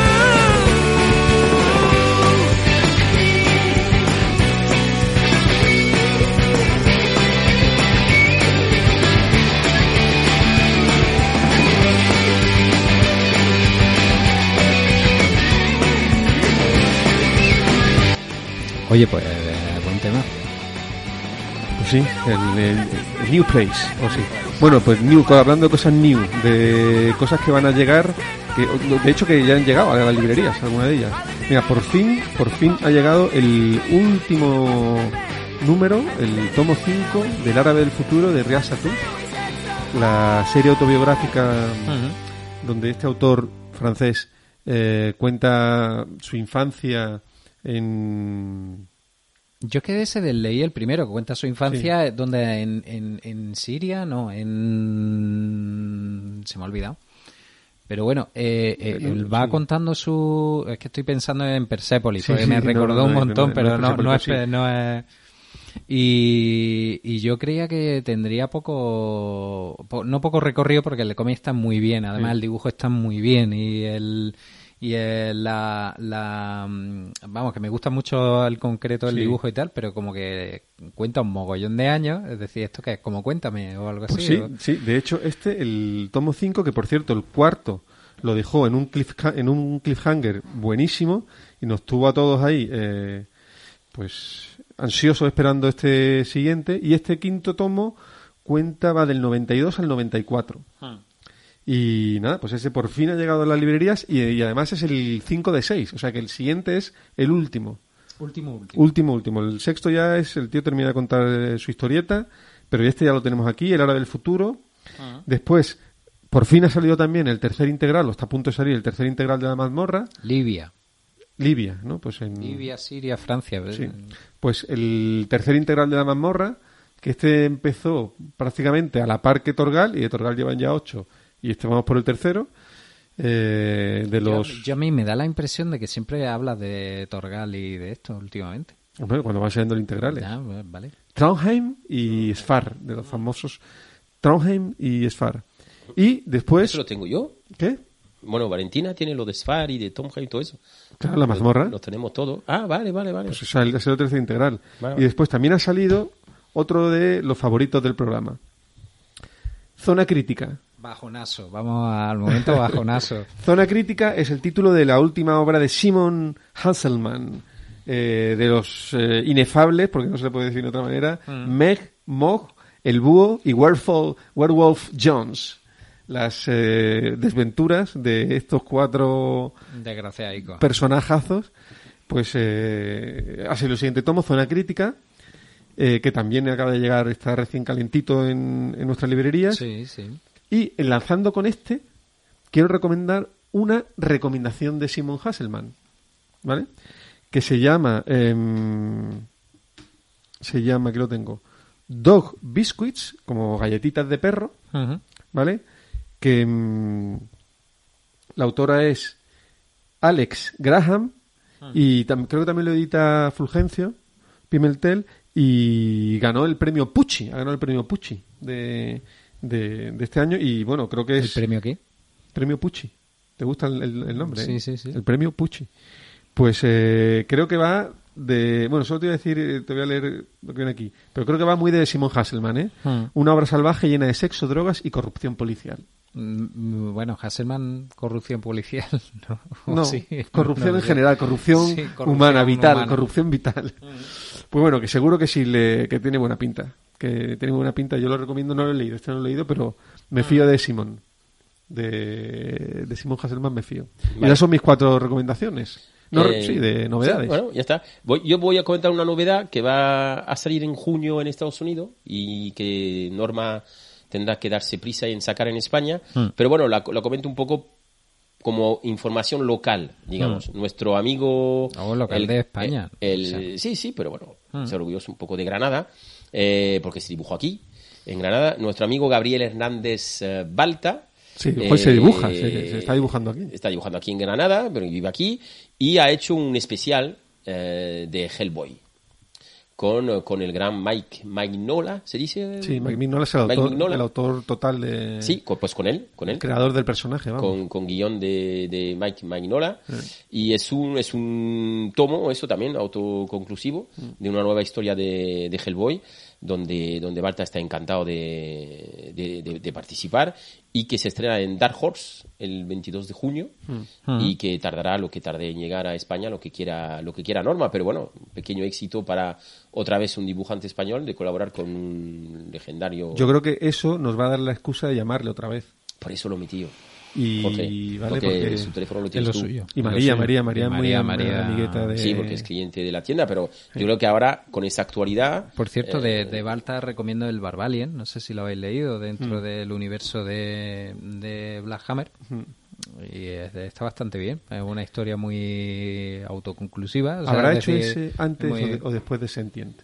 Speaker 4: Oye, pues, buen tema.
Speaker 5: Pues sí, el New Place, o sí. Bueno, pues hablando de cosas new, de cosas que van a llegar, de hecho que ya han llegado a las librerías, alguna de ellas. Mira, por fin ha llegado el último número, el tomo 5 del Árabe del Futuro de Riaz Sattouf, la serie autobiográfica donde este autor francés cuenta su infancia en...
Speaker 4: Yo que ese leí el primero, que cuenta su infancia, donde en Siria, no, se me ha olvidado. Pero bueno, él va contando su... Es que estoy pensando en Persépolis, porque me recordó un montón, pero no es... Y yo creía que tendría poco recorrido, porque el cómic está muy bien, además el dibujo está muy bien, vamos, que me gusta mucho el concreto del dibujo y tal, pero como que cuenta un mogollón de años, es decir, ¿esto qué es? Como Cuéntame o algo así.
Speaker 5: Pues sí, de hecho el tomo 5, que por cierto el cuarto lo dejó en un cliffhanger buenísimo y nos tuvo a todos ahí pues ansiosos esperando este siguiente, y este quinto tomo va del 92 al 94. Y nada, pues ese por fin ha llegado a las librerías y además es el 5 de 6, o sea que el siguiente es el último. Último. El sexto ya es, el tío termina de contar su historieta, pero este ya lo tenemos aquí, el Árabe del Futuro. Después, por fin ha salido también el tercer integral, o está a punto de salir el tercer integral de la mazmorra.
Speaker 4: Libia,
Speaker 5: ¿no? Pues
Speaker 4: Libia, Siria, Francia.
Speaker 5: Sí. Pues el tercer integral de la mazmorra, que este empezó prácticamente a la par que Torgal, y de Torgal llevan ya 8. Y vamos por el tercero. de los...
Speaker 4: Yo a mí me da la impresión de que siempre hablas de Torgal y de esto últimamente.
Speaker 5: Hombre, cuando van saliendo los integrales.
Speaker 4: Ya, vale.
Speaker 5: Trondheim y Sfar, de los famosos Trondheim y Sfar. Y después...
Speaker 7: ¿Eso lo tengo yo?
Speaker 5: ¿Qué?
Speaker 7: Bueno, Valentina tiene lo de Sfar y de Trondheim y todo eso.
Speaker 5: Claro, la mazmorra.
Speaker 7: Lo tenemos todo. Ah, vale.
Speaker 5: Pues o sea, el tercer integral.
Speaker 7: Vale.
Speaker 5: Y después también ha salido otro de los favoritos del programa. Zona Crítica.
Speaker 4: Bajonazo, vamos al momento bajonazo.
Speaker 5: Zona Crítica es el título de la última obra de Simon Hasselmann, de los inefables, porque no se le puede decir de otra manera, Meg, Mog, El Búho y Werewolf Jones. Las desventuras de estos 4 personajazos, pues ha sido el siguiente tomo, Zona Crítica, que también acaba de llegar, está recién calentito en nuestras librerías.
Speaker 4: Sí, sí.
Speaker 5: Y enlazando con este, quiero recomendar una recomendación de Simon Hasselmann, ¿vale? Que se llama, aquí lo tengo, Dog Biscuits, como galletitas de perro, ¿vale? Que la autora es Alex Graham y creo que también lo edita Fulgencio Pimentel y ganó el premio Pucci, de este año y bueno, creo que es...
Speaker 4: ¿El premio qué?
Speaker 5: Premio Pucci. ¿Te gusta el nombre?
Speaker 4: Sí, sí, sí.
Speaker 5: El premio Pucci. Pues creo que va de... Bueno, solo te voy a decir, te voy a leer lo que viene aquí. Pero creo que va muy de Simon Hasselmann, ¿eh? Una obra salvaje llena de sexo, drogas y corrupción policial.
Speaker 4: Bueno, Hasselmann, corrupción policial, ¿no?
Speaker 5: No,
Speaker 4: sí,
Speaker 5: corrupción
Speaker 4: no,
Speaker 5: en general, corrupción,
Speaker 4: sí,
Speaker 5: humana, vital,
Speaker 4: humana.
Speaker 5: corrupción vital. Pues bueno, que seguro que sí que tiene buena pinta. Que tiene buena pinta, yo lo recomiendo, no lo he leído, no lo he leído, pero me fío de Simon. De Simon Hasselmann me fío. Vale. Y esas son mis 4 recomendaciones. Sí, de novedades.
Speaker 7: Sí, bueno, ya está. Yo voy a comentar una novedad que va a salir en junio en Estados Unidos y que Norma tendrá que darse prisa en sacar en España. Pero bueno, la comento un poco como información local, digamos. Nuestro amigo...
Speaker 4: local de España.
Speaker 7: Sí, pero bueno, se orgulloso un poco de Granada, porque se dibujó aquí, en Granada. Nuestro amigo Gabriel Hernández Balta.
Speaker 5: Sí, pues se dibuja, se está dibujando aquí.
Speaker 7: Está dibujando aquí en Granada, pero vive aquí, y ha hecho un especial de Hellboy. Con el gran Mike Mignola, ¿se dice?
Speaker 5: Sí, Mike Mignola es el autor total de...
Speaker 7: Sí, pues con él.
Speaker 5: El creador del personaje, vamos.
Speaker 7: Con guión de Mike Mignola. Y es un tomo, eso también, autoconclusivo, de una nueva historia de Hellboy, donde Balta está encantado de participar y que se estrena en Dark Horse el 22 de junio y que tardará lo que tarde en llegar a España, lo que quiera Norma, pero bueno, un pequeño éxito para otra vez un dibujante español de colaborar con un legendario.
Speaker 5: Yo creo que eso nos va a dar la excusa de llamarle otra vez.
Speaker 7: Por eso lo metí yo.
Speaker 5: Y
Speaker 7: Jorge,
Speaker 5: vale,
Speaker 7: porque su teléfono lo tienes
Speaker 4: es
Speaker 7: tú.
Speaker 4: Suyo.
Speaker 5: Y María, muy amigueta de...
Speaker 7: Sí, porque es cliente de la tienda, pero yo creo que ahora, con esa actualidad...
Speaker 4: Por cierto, de Balta recomiendo el Barbalien, no sé si lo habéis leído, dentro del universo de Black Hammer. Y está bastante bien, es una historia muy autoconclusiva.
Speaker 5: ¿Habrá hecho ese antes o después de Sentient?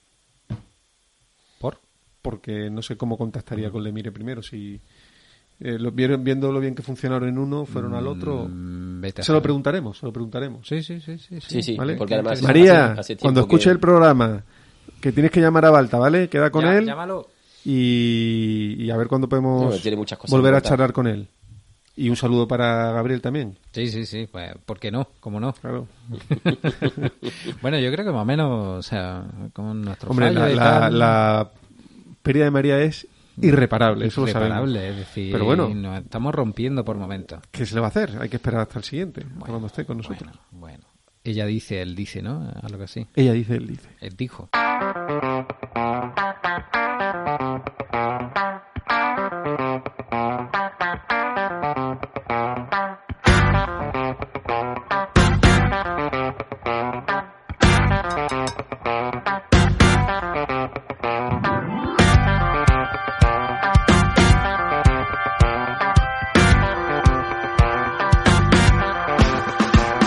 Speaker 5: Porque no sé cómo contactaría con Lemire primero, si... viendo lo bien que funcionaron en uno, fueron al otro. Se lo preguntaremos.
Speaker 4: Sí,
Speaker 5: ¿Vale?
Speaker 7: Porque además
Speaker 5: María,
Speaker 7: hace tiempo
Speaker 5: cuando escuche el programa, que tienes que llamar a Balta, ¿vale? Queda con él.
Speaker 4: Llámalo.
Speaker 5: Y a ver cuándo podemos volver a charlar con él. Y un saludo para Gabriel también.
Speaker 4: Sí, pues, ¿por qué no? ¿Cómo no?
Speaker 5: Claro.
Speaker 4: Bueno, yo creo que más o menos, o sea, con nuestro
Speaker 5: Hombre,
Speaker 4: fallo
Speaker 5: la pérdida de María es irreparable, eso lo sabemos.
Speaker 4: Es decir,
Speaker 5: pero bueno,
Speaker 4: nos estamos rompiendo por momentos.
Speaker 5: ¿Qué se le va a hacer? Hay que esperar hasta el siguiente, cuando esté con nosotros.
Speaker 4: Bueno. Ella dice, él dice, ¿no? Algo así.
Speaker 5: Ella dice, él dice.
Speaker 4: Él dijo.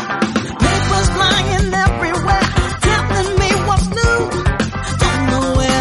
Speaker 9: Papers lying everywhere, telling me what's new. Don't know where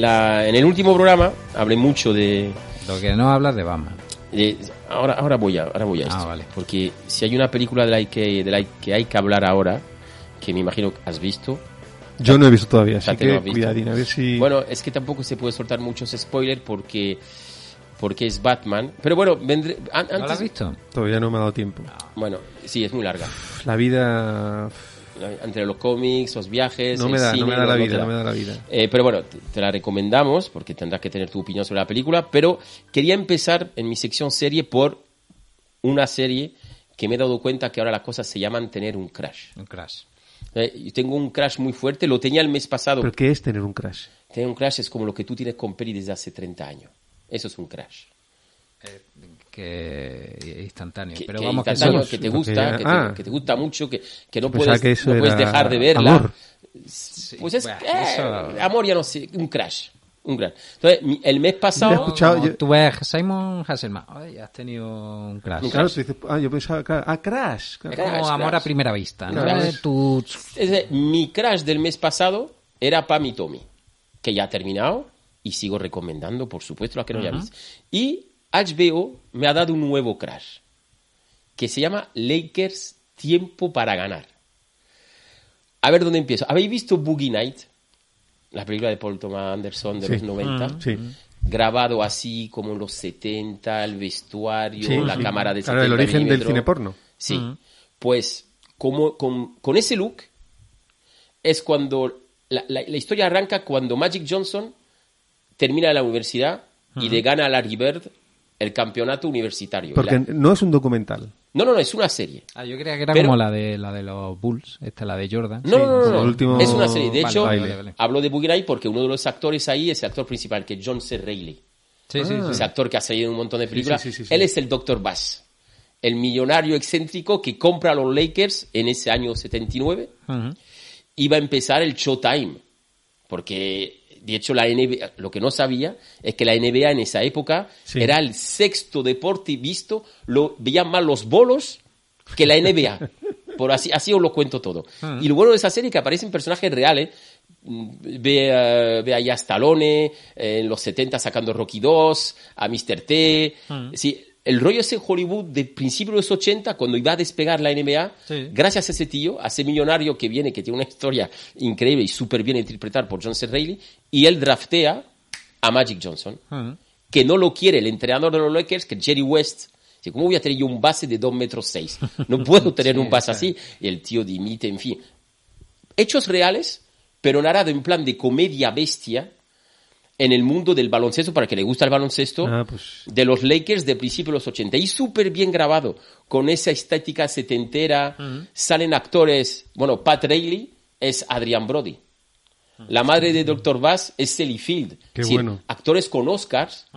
Speaker 7: en el último programa hablé mucho de...
Speaker 4: Lo que no hablas de Batman.
Speaker 7: Ahora voy a esto.
Speaker 4: Vale.
Speaker 7: Porque si hay una película de la que hay que hablar ahora, que me imagino que has visto...
Speaker 5: Yo no he visto todavía, así que
Speaker 7: no has visto.
Speaker 5: cuidadín, a ver si...
Speaker 7: Bueno, es que tampoco se puede soltar muchos spoilers porque es Batman. Pero bueno, vendré...
Speaker 4: ¿No lo has visto?
Speaker 5: Todavía no me ha dado tiempo.
Speaker 7: Bueno, sí, es muy larga.
Speaker 5: La vida...
Speaker 7: Entre los cómics, los viajes,
Speaker 5: no me da la vida.
Speaker 7: Pero bueno, te la recomendamos porque tendrás que tener tu opinión sobre la película. Pero quería empezar en mi sección serie por una serie que me he dado cuenta que ahora las cosas se llaman tener un crash.
Speaker 4: Un crash.
Speaker 7: Yo tengo un crash muy fuerte, lo tenía el mes pasado.
Speaker 5: ¿Pero qué es tener un crash?
Speaker 7: Tener un crash es como lo que tú tienes con Peri desde hace 30 años. Eso es un crash.
Speaker 4: Que instantáneo, pero
Speaker 7: que
Speaker 4: vamos,
Speaker 7: instantáneo,
Speaker 4: que
Speaker 7: te gusta, que te gusta mucho, que no puedes dejar de verla.
Speaker 5: Amor.
Speaker 7: Pues es amor, ya no sé, un crash. Entonces, el mes pasado...
Speaker 4: Tú ves Simon Hasselman, ya has tenido un crash.
Speaker 5: Claro, tú dices, yo pensaba, crash.
Speaker 4: Como amor a primera vista, ¿no?
Speaker 7: Mi crash del mes pasado era Pam y Tommy, que ya ha terminado y sigo recomendando, por supuesto, a que no ya visto. Y HBO me ha dado un nuevo crash que se llama Lakers Tiempo para Ganar. A ver dónde empiezo. ¿Habéis visto Boogie Night? La película de Paul Thomas Anderson de los 90.
Speaker 5: Sí.
Speaker 7: Grabado así como en los 70, el vestuario, la cámara de 70
Speaker 5: el origen
Speaker 7: milímetros.
Speaker 5: del cine porno.
Speaker 7: Sí. Pues como con ese look es cuando la historia arranca cuando Magic Johnson termina la universidad y le gana a Larry Bird el campeonato universitario.
Speaker 5: Porque no es un documental.
Speaker 7: No, es una serie.
Speaker 4: Yo creía que era como la de los Bulls, la de Jordan.
Speaker 7: No. Es una serie. De hecho,
Speaker 4: vale.
Speaker 7: hablo de Boogie Night porque uno de los actores ahí es el actor principal, que es John C. Reilly.
Speaker 4: Sí.
Speaker 7: Ese actor que ha salido en un montón de películas.
Speaker 5: Sí.
Speaker 7: Él es el Dr. Bass, el millonario excéntrico que compra a los Lakers en ese año 79. Y va a empezar el Showtime. Porque... De hecho, la NBA, lo que no sabía es que la NBA en esa época era el sexto deporte visto, veían más los bolos que la NBA. Así os lo cuento todo. Y lo bueno de esa serie es que aparecen personajes reales. Ve allá a Stallone en los 70 sacando Rocky 2, a Mr. T. Sí, el rollo ese Hollywood de principios de los 80, cuando iba a despegar la NBA, gracias a ese tío, a ese millonario que viene, que tiene una historia increíble y súper bien interpretada por John C. Reilly, y él draftea a Magic Johnson, que no lo quiere el entrenador de los Lakers, que es Jerry West. ¿Cómo voy a tener yo un base de 2,6 metros? No puedo tener un base así. Y el tío dimite, en fin. Hechos reales, pero narrado en plan de comedia bestia, en el mundo del baloncesto, para que le gusta el baloncesto, de los Lakers de principios de los 80. Y súper bien grabado, con esa estética setentera. Salen actores, Pat Riley es Adrian Brody. La madre de Dr. Bass es Sally Field.
Speaker 5: Qué bueno.
Speaker 7: Actores con Oscars.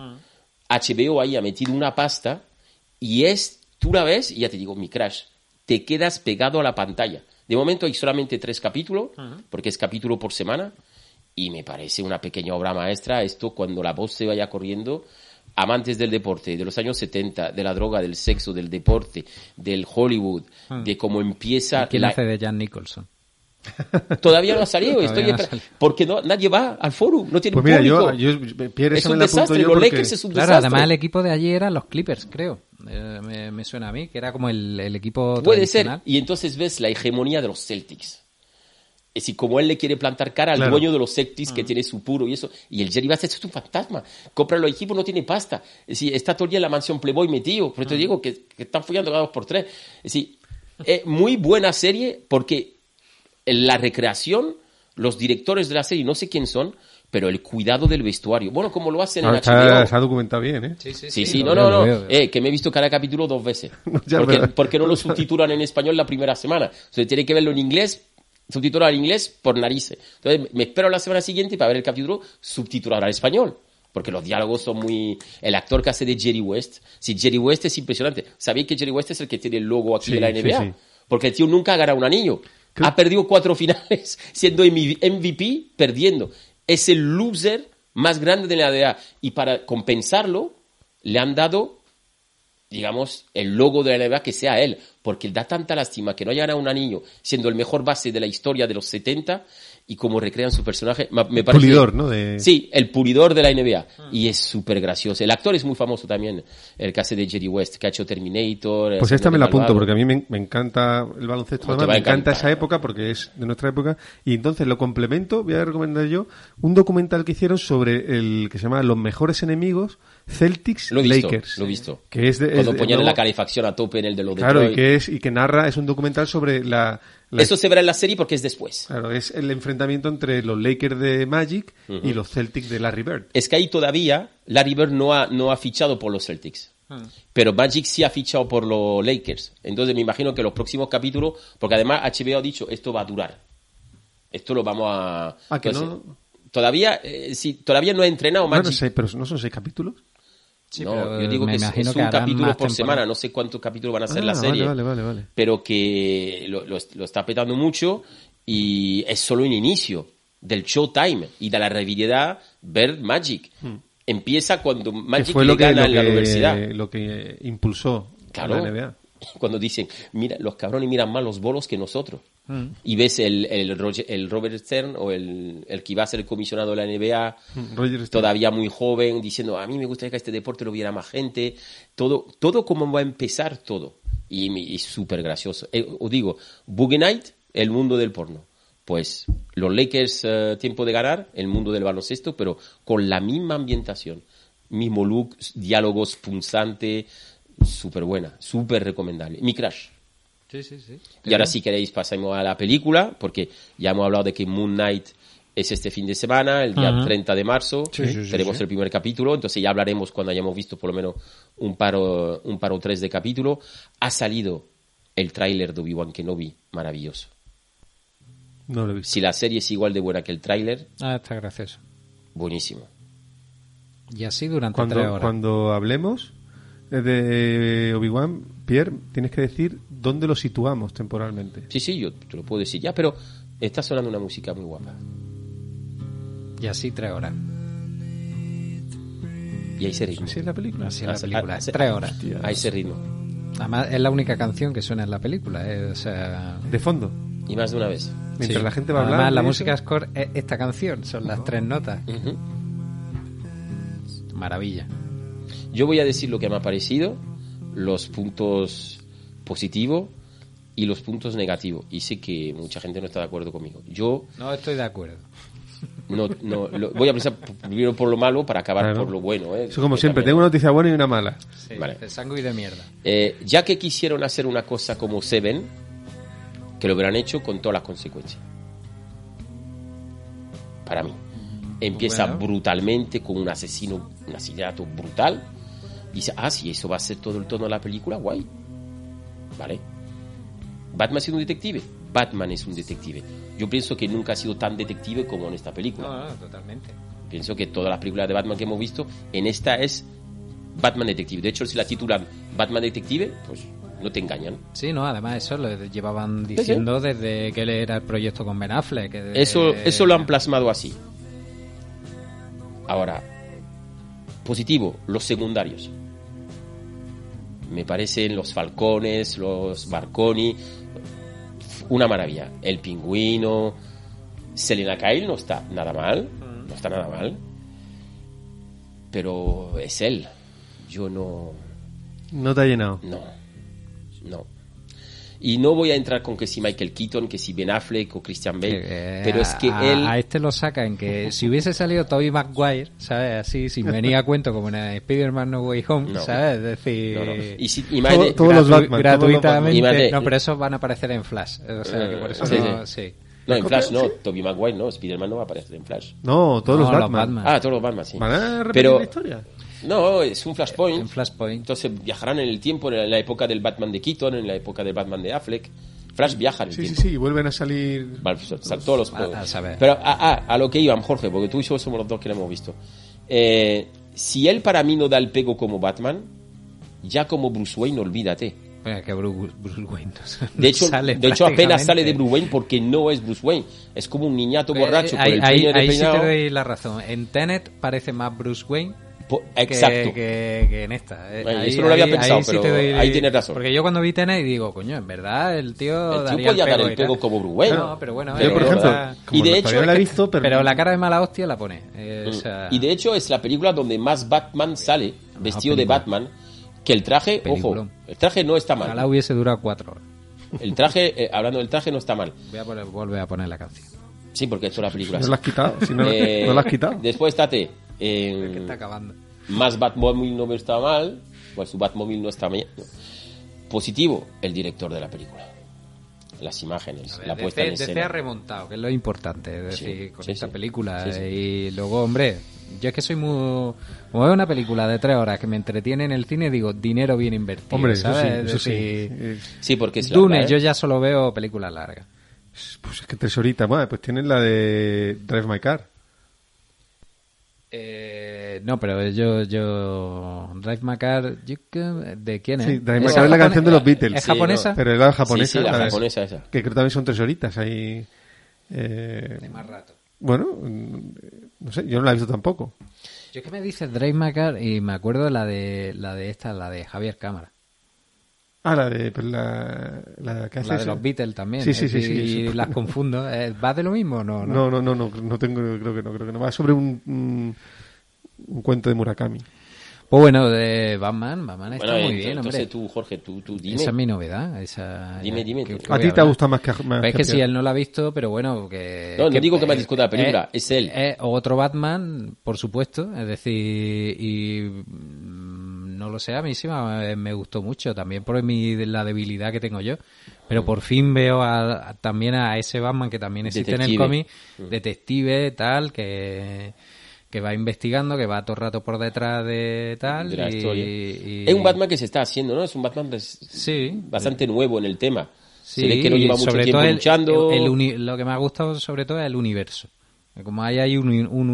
Speaker 7: HBO ahí ha metido una pasta y tú la ves y ya te digo, mi crash, te quedas pegado a la pantalla. De momento hay solamente 3 capítulos, porque es capítulo por semana. Y me parece una pequeña obra maestra esto cuando la voz se vaya corriendo. Amantes del deporte, de los años 70, de la droga, del sexo, del deporte, del Hollywood, de cómo empieza...
Speaker 4: ¿Quién hace de Jan Nicholson?
Speaker 7: Todavía no ha salido, porque nadie va al foro, no tiene público. Es un desastre, los Lakers es un desastre.
Speaker 4: Claro, además el equipo de allí eran los Clippers, creo. Me suena a mí, que era como el equipo
Speaker 7: Puede
Speaker 4: tradicional.
Speaker 7: ser, y entonces ves la hegemonía de los Celtics. Es decir, como él le quiere plantar cara al dueño de los Celtics que tiene su puro y eso. Y el Jerry Bass es un fantasma. Compra los equipos, no tiene pasta. Es decir, está todo el día en la mansión Playboy metido. Por eso te digo que están follando cada 2 por 3. Es decir, es muy buena serie porque la recreación, los directores de la serie, no sé quién son, pero el cuidado del vestuario. Bueno, como lo hacen en HBO.
Speaker 5: Se ha documentado bien, ¿eh?
Speaker 7: Sí, no. Que me he visto cada capítulo 2 veces. Porque no lo subtitulan en español la primera semana. O sea, tiene que verlo en inglés, subtitulado al inglés por narices. Entonces me espero la semana siguiente para ver el capítulo subtitulado al español. Porque los diálogos son muy... El actor que hace de Jerry West. Sí, Jerry West es impresionante. ¿Sabéis que Jerry West es el que tiene el logo aquí de la NBA? Sí. Porque el tío nunca ha ganado un anillo. Ha perdido 4 finales siendo MVP perdiendo. Es el loser más grande de la NBA. Y para compensarlo, le han dado, digamos, el logo de la NBA que sea él. porque da tanta lástima que no haya ganado un anillo siendo el mejor base de la historia de los 70 y como recrean su personaje, me parece...
Speaker 5: Pulidor, ¿no?
Speaker 7: Sí, el pulidor de la NBA. Y es súper gracioso. El actor es muy famoso también, el que hace de Jerry West, que ha hecho Terminator.
Speaker 5: Pues esta me la apunto, porque a mí me encanta el baloncesto,
Speaker 7: Pues
Speaker 5: además, me encanta esa época, porque es de nuestra época, y entonces lo complemento, voy a recomendar yo, un documental que hicieron sobre el que se llama Los mejores enemigos, Celtics Lakers.
Speaker 7: Lo he visto.
Speaker 5: Que es
Speaker 7: cuando ponían la calefacción a tope en el de los
Speaker 5: Claro,
Speaker 7: Detroit.
Speaker 5: y que narra, es un documental sobre
Speaker 7: Eso se verá en la serie porque es después.
Speaker 5: Claro, es el enfrentamiento entre los Lakers de Magic y los Celtics de Larry Bird.
Speaker 7: Es que ahí todavía Larry Bird no ha fichado por los Celtics. Pero Magic sí ha fichado por los Lakers. Entonces me imagino que los próximos capítulos, porque además HBO ha dicho, esto va a durar. Esto lo vamos a...
Speaker 5: que no...
Speaker 7: Todavía no ha entrenado Magic.
Speaker 5: No sé, pero ¿no son 6 capítulos?
Speaker 7: Sí, no, yo digo que es un capítulo por semana, no sé cuántos capítulos van a ser la serie,
Speaker 5: vale.
Speaker 7: pero que lo está petando mucho y es solo un inicio del Showtime y de la rivalidad ver Magic. Empieza cuando Magic le gana en la universidad.
Speaker 5: Lo que impulsó la NBA.
Speaker 7: Cuando dicen, mira, los cabrones miran más los bolos que nosotros. Y ves el Robert Stern o el que iba a ser el comisionado de la NBA, todavía muy joven, diciendo, a mí me gustaría que este deporte lo viera más gente. Todo como va a empezar todo. Y súper gracioso. Os digo, Boogie Night, el mundo del porno. Pues los Lakers, tiempo de ganar, el mundo del baloncesto, pero con la misma ambientación. Mismo look, diálogos punzante, súper buena, súper recomendable. Mi crush.
Speaker 4: Sí.
Speaker 7: Y ahora si queréis pasamos a la película, porque ya hemos hablado de que Moon Knight es este fin de semana, el día 30 de marzo, tenemos el primer capítulo, entonces ya hablaremos cuando hayamos visto por lo menos un par o tres de capítulo. Ha salido el tráiler de Obi-Wan Kenobi, maravilloso.
Speaker 5: No lo he visto.
Speaker 7: Si la serie es igual de buena que el tráiler...
Speaker 4: está gracioso.
Speaker 7: Buenísimo.
Speaker 4: Y así durante 3 horas.
Speaker 5: Cuando hablemos de Obi-Wan, Pierre, tienes que decir dónde lo situamos temporalmente.
Speaker 7: Sí, yo te lo puedo decir ya, pero está sonando una música muy guapa.
Speaker 4: Y así 3 horas.
Speaker 7: Y ahí ese ritmo.
Speaker 5: ¿Así es la película?
Speaker 4: Así es la película, 3 horas.
Speaker 7: A ese ritmo.
Speaker 4: Además, es la única canción que suena en la película. O sea...
Speaker 5: De fondo.
Speaker 7: Y más de una vez.
Speaker 5: Mientras la gente va hablando.
Speaker 4: Además, la música score es esta canción, son las 3 notas. Maravilla.
Speaker 7: Yo voy a decir lo que me ha parecido, los puntos positivos y los puntos negativos. Y sé que mucha gente no está de acuerdo conmigo. Yo
Speaker 4: no estoy de acuerdo.
Speaker 7: Voy a empezar primero por lo malo para acabar por lo bueno.
Speaker 5: Eso como siempre, tengo una noticia buena y una mala.
Speaker 4: Sí, vale. De sangre y de mierda.
Speaker 7: Ya que quisieron hacer una cosa como Seven, que lo hubieran hecho con todas las consecuencias. Para mí. Empieza brutalmente con un asesinato brutal. Dice, si eso va a ser todo el tono de la película, guay. Vale. Batman es un detective. Batman es un detective. Yo pienso que nunca ha sido tan detective como en esta película.
Speaker 4: No, totalmente.
Speaker 7: Pienso que todas las películas de Batman que hemos visto, en esta es Batman detective. De hecho, si la titulan Batman detective, pues no te engañan.
Speaker 4: Sí, no, además eso lo llevaban diciendo desde que él era el proyecto con Ben Affleck.
Speaker 7: Eso lo han plasmado así. Ahora, positivo, los secundarios. Me parecen los Falcones, los Barconi, una maravilla. El Pingüino, Selena Kyle no está nada mal, pero es él. Yo no...
Speaker 5: ¿No te ha llenado?
Speaker 7: No. Y no voy a entrar con que si Michael Keaton, que si Ben Affleck o Christian Bale, pero es que él...
Speaker 4: A este lo saca en que si hubiese salido Tobey Maguire, ¿sabes? Así, sin venir a cuento como en Spider-Man No Way Home, ¿sabes? Es decir...
Speaker 7: No. Y si,
Speaker 5: todos los Batman,
Speaker 4: gratuitamente... No, pero esos van a aparecer en Flash. O sea, que por eso sí.
Speaker 7: No, en Flash no, Tobey Maguire no, Spider-Man no va a aparecer en Flash.
Speaker 5: No, todos los Batman.
Speaker 7: Todos los Batman, sí.
Speaker 5: ¿Van a repetir la historia?
Speaker 7: No, es un Flashpoint.
Speaker 4: Un Flashpoint.
Speaker 7: Entonces viajarán en el tiempo, en la época del Batman de Keaton, en la época del Batman de Affleck. Flash viaja en el tiempo.
Speaker 5: Sí, vuelven a salir...
Speaker 7: Todos los... Pero a lo que iban, Jorge, porque tú y yo somos los dos que lo hemos visto. Si él para mí no da el pego como Batman, ya como Bruce Wayne, olvídate.
Speaker 4: Bueno, que Bruce Wayne
Speaker 7: de hecho apenas sale de Bruce Wayne porque no es Bruce Wayne. Es como un niñato borracho con el peine de
Speaker 4: ahí
Speaker 7: peinado.
Speaker 4: sí te doy la razón. En Tenet parece más Bruce Wayne
Speaker 7: Exacto.
Speaker 4: Que en esta.
Speaker 7: Eso no lo había pensado, pero ahí tienes razón.
Speaker 4: Porque yo cuando vi Tenet digo, coño, en verdad el tío
Speaker 7: podía dar el pego como Bruce Wayne.
Speaker 4: No, pero bueno.
Speaker 5: Yo, por ejemplo,
Speaker 7: y de hecho,
Speaker 5: la he visto, pero
Speaker 4: la cara de mala hostia la pone.
Speaker 7: Y de hecho es la película donde más Batman sale vestido de Batman, que el traje, ojo, el traje no está mal.
Speaker 4: Ojalá hubiese durado 4 horas.
Speaker 7: El traje, hablando del traje, no está mal.
Speaker 4: Volver a poner la canción.
Speaker 7: Sí, porque esto es la película.
Speaker 5: No la has quitado. Si no la has quitado.
Speaker 7: Después, Tate.
Speaker 4: Es que está acabando.
Speaker 7: Más Batmóvil no está mal. Pues su Batmóvil no está mal. Positivo, el director de la película. Las imágenes, la puesta en escena.
Speaker 4: DC ha remontado, que es lo importante. Es decir, con esta película.
Speaker 7: Sí.
Speaker 4: Y luego, hombre, yo es que soy muy... Como veo una película de 3 horas que me entretiene en el cine, digo, dinero bien invertido.
Speaker 5: Hombre,
Speaker 4: ¿sabes?
Speaker 5: eso sí.
Speaker 7: Sí, porque es
Speaker 4: Dune,
Speaker 7: larga,
Speaker 4: yo ya solo veo películas largas.
Speaker 5: Pues es que 3 horitas. Bueno, pues tienen la de Drive My Car.
Speaker 4: No, pero yo Drive My Car, ¿de quién es?
Speaker 5: Sí, Drive My Car es la canción de los Beatles.
Speaker 4: ¿Es japonesa?
Speaker 5: No, pero es la japonesa.
Speaker 7: Sí, la japonesa esa.
Speaker 5: Que creo que también son 3 horitas ahí.
Speaker 4: De más rato.
Speaker 5: Bueno, no sé, yo no la he visto tampoco.
Speaker 4: Yo es que me dice Drive My Car y me acuerdo de la de Javier Cámara.
Speaker 5: Ah, la de que hace
Speaker 4: la de
Speaker 5: eso.
Speaker 4: los Beatles también.
Speaker 5: Sí.
Speaker 4: Y las confundo. ¿Va de lo mismo o no?
Speaker 5: No tengo, creo que no. Va sobre un cuento de Murakami.
Speaker 4: Pues bueno, de Batman está muy bien,
Speaker 7: entonces
Speaker 4: hombre.
Speaker 7: tú, Jorge, tú dime.
Speaker 4: Esa es mi novedad.
Speaker 7: Dime.
Speaker 5: ¿A ti te ha gustado más que
Speaker 4: es que sí, él no la ha visto, pero bueno, que...
Speaker 7: No digo que me discuta la película, es él.
Speaker 4: Otro Batman, por supuesto, es decir, y no lo sé, a mí sí me gustó mucho, también por la debilidad que tengo yo, pero por fin veo también a ese Batman que también existe en el cómic, detective, tal, que va investigando, que va todo el rato por detrás de tal.
Speaker 7: De la historia. Es un Batman que se está haciendo, ¿no? Es un Batman bastante nuevo en el tema.
Speaker 4: Sí,
Speaker 7: se ve que no lleva mucho tiempo luchando.
Speaker 4: Lo que me ha gustado sobre todo es el universo. Como hay un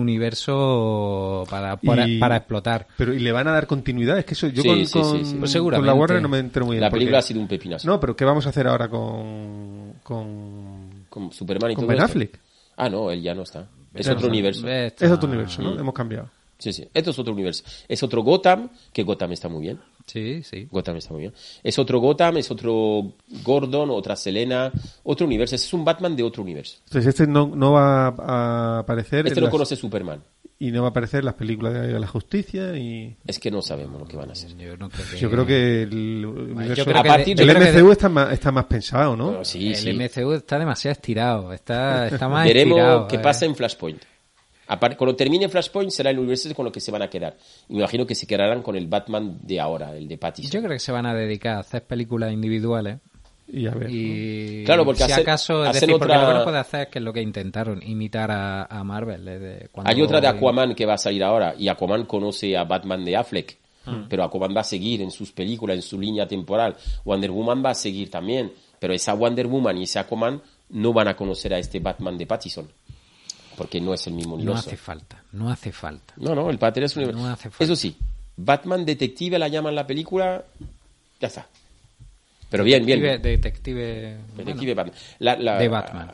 Speaker 4: universo para explotar.
Speaker 5: Pero ¿y le van a dar continuidad? Es que eso yo
Speaker 7: Sí.
Speaker 4: Pues seguramente.
Speaker 5: con la Warner no me entero muy bien.
Speaker 7: La película ha sido un pepinazo.
Speaker 5: No, pero ¿qué vamos a hacer ahora con
Speaker 7: Superman y
Speaker 5: con
Speaker 7: todo
Speaker 5: Ben
Speaker 7: esto?
Speaker 5: Affleck?
Speaker 7: Ah, no, él ya no está. Es otro universo.
Speaker 5: Es otro universo, ¿no? Hemos cambiado.
Speaker 7: Sí. Esto es otro universo. Es otro Gotham, que Gotham está muy bien.
Speaker 4: Sí.
Speaker 7: Gotham está muy bien. Es otro Gotham, es otro Gordon, otra Selena, otro universo. Es un Batman de otro universo.
Speaker 5: Entonces este no va a aparecer...
Speaker 7: Este no conoce Superman.
Speaker 5: Y no va a aparecer en las películas de la Justicia y...
Speaker 7: Es que no sabemos lo que van a hacer.
Speaker 5: Yo creo que el universo...
Speaker 7: el
Speaker 5: MCU está más pensado, ¿no?
Speaker 7: Bueno, sí.
Speaker 4: MCU está demasiado estirado. Está más
Speaker 7: Veremos
Speaker 4: estirado.
Speaker 7: qué pasa en Flashpoint. Cuando termine Flashpoint será el universo con lo que se van a quedar. Y me imagino que se quedarán con el Batman de ahora, el de Pattinson.
Speaker 4: Yo creo que se van a dedicar a hacer películas individuales.
Speaker 5: Y a ver.
Speaker 7: Claro, porque
Speaker 4: si acaso, es decir, porque lo que no puede hacer es que es lo que intentaron, imitar a Marvel.
Speaker 7: Hay otra de Aquaman que va a salir ahora, y Aquaman conoce a Batman de Affleck, pero Aquaman va a seguir en sus películas, en su línea temporal. Wonder Woman va a seguir también, pero esa Wonder Woman y ese Aquaman no van a conocer a este Batman de Pattinson, porque no es el mismo universo.
Speaker 4: No hace falta.
Speaker 7: No, el patrón es un universo.
Speaker 4: No hace falta.
Speaker 7: Eso sí, Batman Detective la llaman la película, ya está. Pero bien.
Speaker 4: Detective
Speaker 7: Batman.
Speaker 4: De Batman.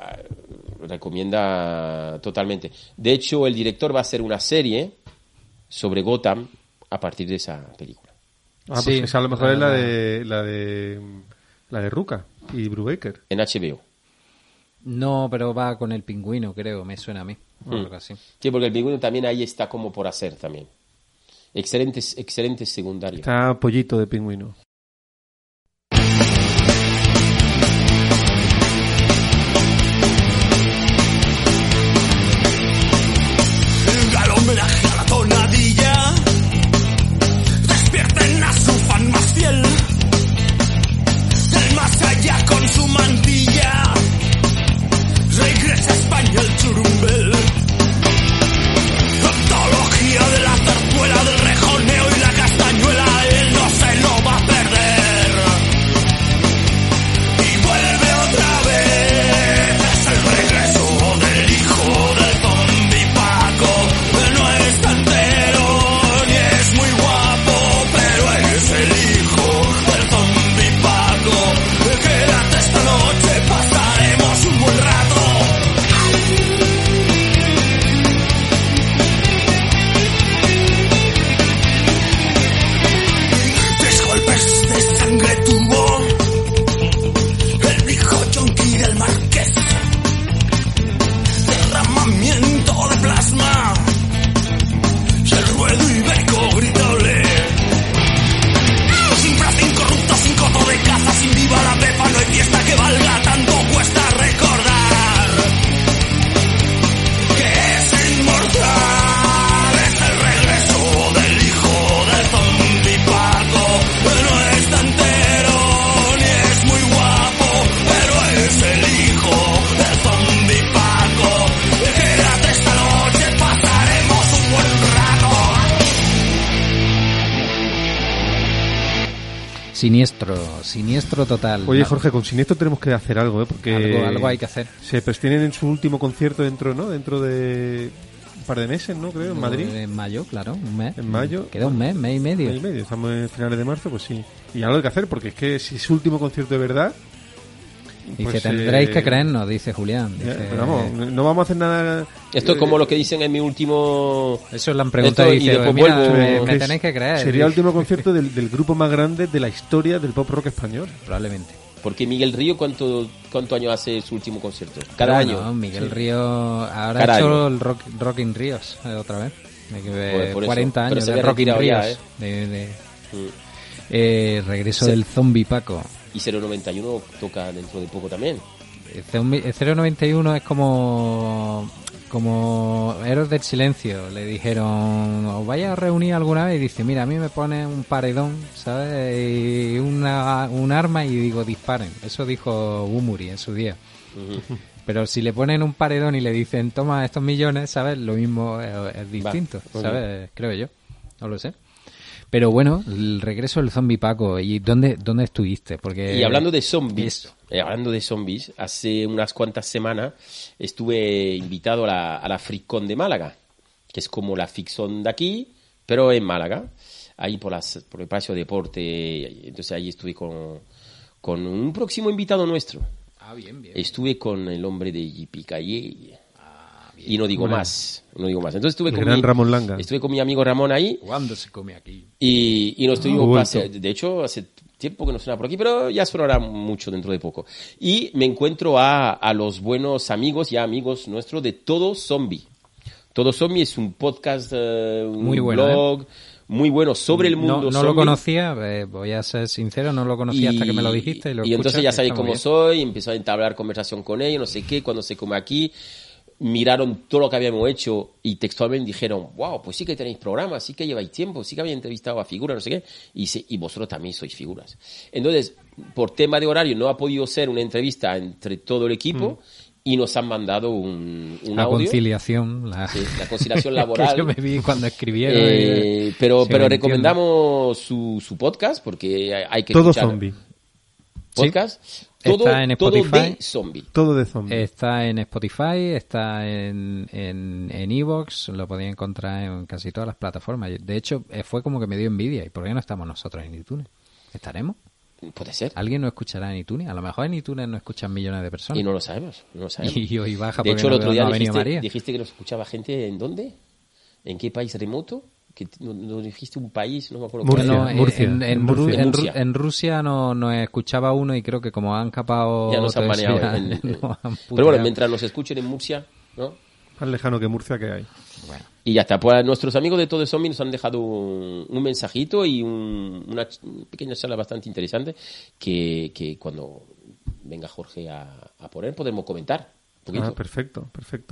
Speaker 7: Recomienda totalmente. De hecho, el director va a hacer una serie sobre Gotham a partir de esa película.
Speaker 5: Pues esa a lo mejor es la de Ruka y Brubaker.
Speaker 7: En HBO.
Speaker 4: No, pero va con el Pingüino, creo, me suena a mí. Algo así.
Speaker 7: Sí, porque el Pingüino también ahí está como por hacer también. Excelentes secundarios.
Speaker 5: Está Pollito de Pingüino.
Speaker 9: Homenaje a la tonadilla, despierten a su fan más fiel, del más allá con su mantilla, regresa a España el churumbel, antología de la zarzuela, del rejoneo y la castañuela, él no se lo va a perder.
Speaker 4: Siniestro total.
Speaker 5: Oye,
Speaker 4: ¿no?
Speaker 5: Jorge, con Siniestro tenemos que hacer algo, porque...
Speaker 4: Algo hay que hacer.
Speaker 5: Se tienen en su último concierto dentro de un par de meses, ¿no? Creo, en Madrid.
Speaker 4: En mayo, claro, un mes.
Speaker 5: En mayo.
Speaker 4: Queda un mes y medio.
Speaker 5: Mes y medio, estamos en finales de marzo, pues sí. Y algo hay que hacer, porque es que si es su último concierto de verdad...
Speaker 4: Dice,
Speaker 5: pues,
Speaker 4: tendréis que creernos, dice Julián. Dice,
Speaker 5: pero vamos, no vamos a hacer nada...
Speaker 7: Esto es como lo que dicen en mi último...
Speaker 4: Eso le han preguntado
Speaker 7: esto,
Speaker 4: y dice,
Speaker 7: después
Speaker 4: mira,
Speaker 7: vuelvo...
Speaker 4: me tenéis que creer.
Speaker 5: Sería el último concierto del grupo más grande de la historia del pop rock español.
Speaker 4: Probablemente.
Speaker 7: Porque Miguel Río, ¿cuánto años hace su último concierto? Cada año.
Speaker 4: No, Miguel Río ahora
Speaker 7: Cada
Speaker 4: ha hecho
Speaker 7: año.
Speaker 4: el Rock in Ríos otra vez.
Speaker 7: Por
Speaker 4: 40
Speaker 7: eso.
Speaker 4: años
Speaker 7: Pero
Speaker 4: de Rock in Ríos.
Speaker 7: Ya,
Speaker 4: Regreso del Zombie Paco.
Speaker 7: Y 091 toca dentro de poco también.
Speaker 4: El 091 es como Héroes del Silencio. Le dijeron, os vais a reunir alguna vez, y dice, mira, a mí me pone un paredón, ¿sabes? Y un arma, y digo, disparen. Eso dijo Bumuri en su día. Uh-huh. Pero si le ponen un paredón y le dicen, toma estos millones, ¿sabes? Lo mismo es distinto, ¿sabes? Creo yo. No lo sé. Pero bueno, el regreso del Zombie Paco. ¿Y dónde estuviste? Porque
Speaker 7: y hablando de zombies, hace unas cuantas semanas estuve invitado a la Fricón de Málaga, que es como la Fixón de aquí, pero en Málaga, ahí por el Palacio de Deporte. Entonces ahí estuve con un próximo invitado nuestro.
Speaker 4: Ah, bien.
Speaker 7: Estuve con el hombre de Yipicaye. Y no digo más. Entonces estuve
Speaker 5: Ramón Langa.
Speaker 7: Estuve con mi amigo Ramón ahí.
Speaker 4: ¿Cuándo se come aquí?
Speaker 7: Y nos tuvimos de hecho, hace tiempo que no suena por aquí, pero ya sonará mucho dentro de poco. Y me encuentro a los buenos amigos, ya amigos nuestros, de Todo Zombie. Todo Zombie es un podcast,
Speaker 4: muy bueno,
Speaker 7: blog muy bueno sobre el mundo zombie.
Speaker 4: No lo conocía, voy a ser sincero, no lo conocía hasta que me lo dijiste. Y
Speaker 7: entonces ya sabéis cómo soy, empezó a entablar conversación con ellos, no sé qué, cuando se come aquí. Miraron todo lo que habíamos hecho y textualmente dijeron, wow, pues sí que tenéis programas, sí que lleváis tiempo, sí que habéis entrevistado a figuras, no sé qué, y vosotros también sois figuras. Entonces, por tema de horario, no ha podido ser una entrevista entre todo el equipo y nos han mandado un
Speaker 4: la
Speaker 7: audio.
Speaker 4: Conciliación,
Speaker 7: la conciliación laboral.
Speaker 4: Que yo me vi cuando escribieron.
Speaker 7: Pero recomendamos su podcast porque hay que
Speaker 5: Todo
Speaker 7: escuchar.
Speaker 5: Zombie.
Speaker 7: Podcast.
Speaker 4: Sí. Está en Spotify.
Speaker 7: Todo de zombie.
Speaker 5: Todo de zombie.
Speaker 4: Está en Spotify, está en iVoox, lo podéis encontrar en casi todas las plataformas. De hecho, fue como que me dio envidia. ¿Y por qué no estamos nosotros en iTunes? ¿Estaremos?
Speaker 7: Puede ser.
Speaker 4: ¿Alguien nos escuchará en iTunes? A lo mejor en iTunes no escuchan millones de personas.
Speaker 7: Y no lo sabemos.
Speaker 4: Y hoy baja
Speaker 7: de
Speaker 4: porque
Speaker 7: hecho, el otro día
Speaker 4: María.
Speaker 7: dijiste que nos escuchaba gente ¿en dónde? ¿En qué país remoto? Que no dijiste un país, no me acuerdo.
Speaker 5: Murcia.
Speaker 4: En Rusia no escuchaba uno y creo que como han capado...
Speaker 7: Ya nos han maneado. Pero bueno, mientras nos escuchen en Murcia, ¿no?
Speaker 5: Más lejano que Murcia que hay.
Speaker 7: Bueno. Y ya está. Pues nuestros amigos de Todo Zombie nos han dejado un mensajito y una pequeña charla bastante interesante que cuando venga Jorge a poner podemos comentar un poquito.
Speaker 5: Perfecto.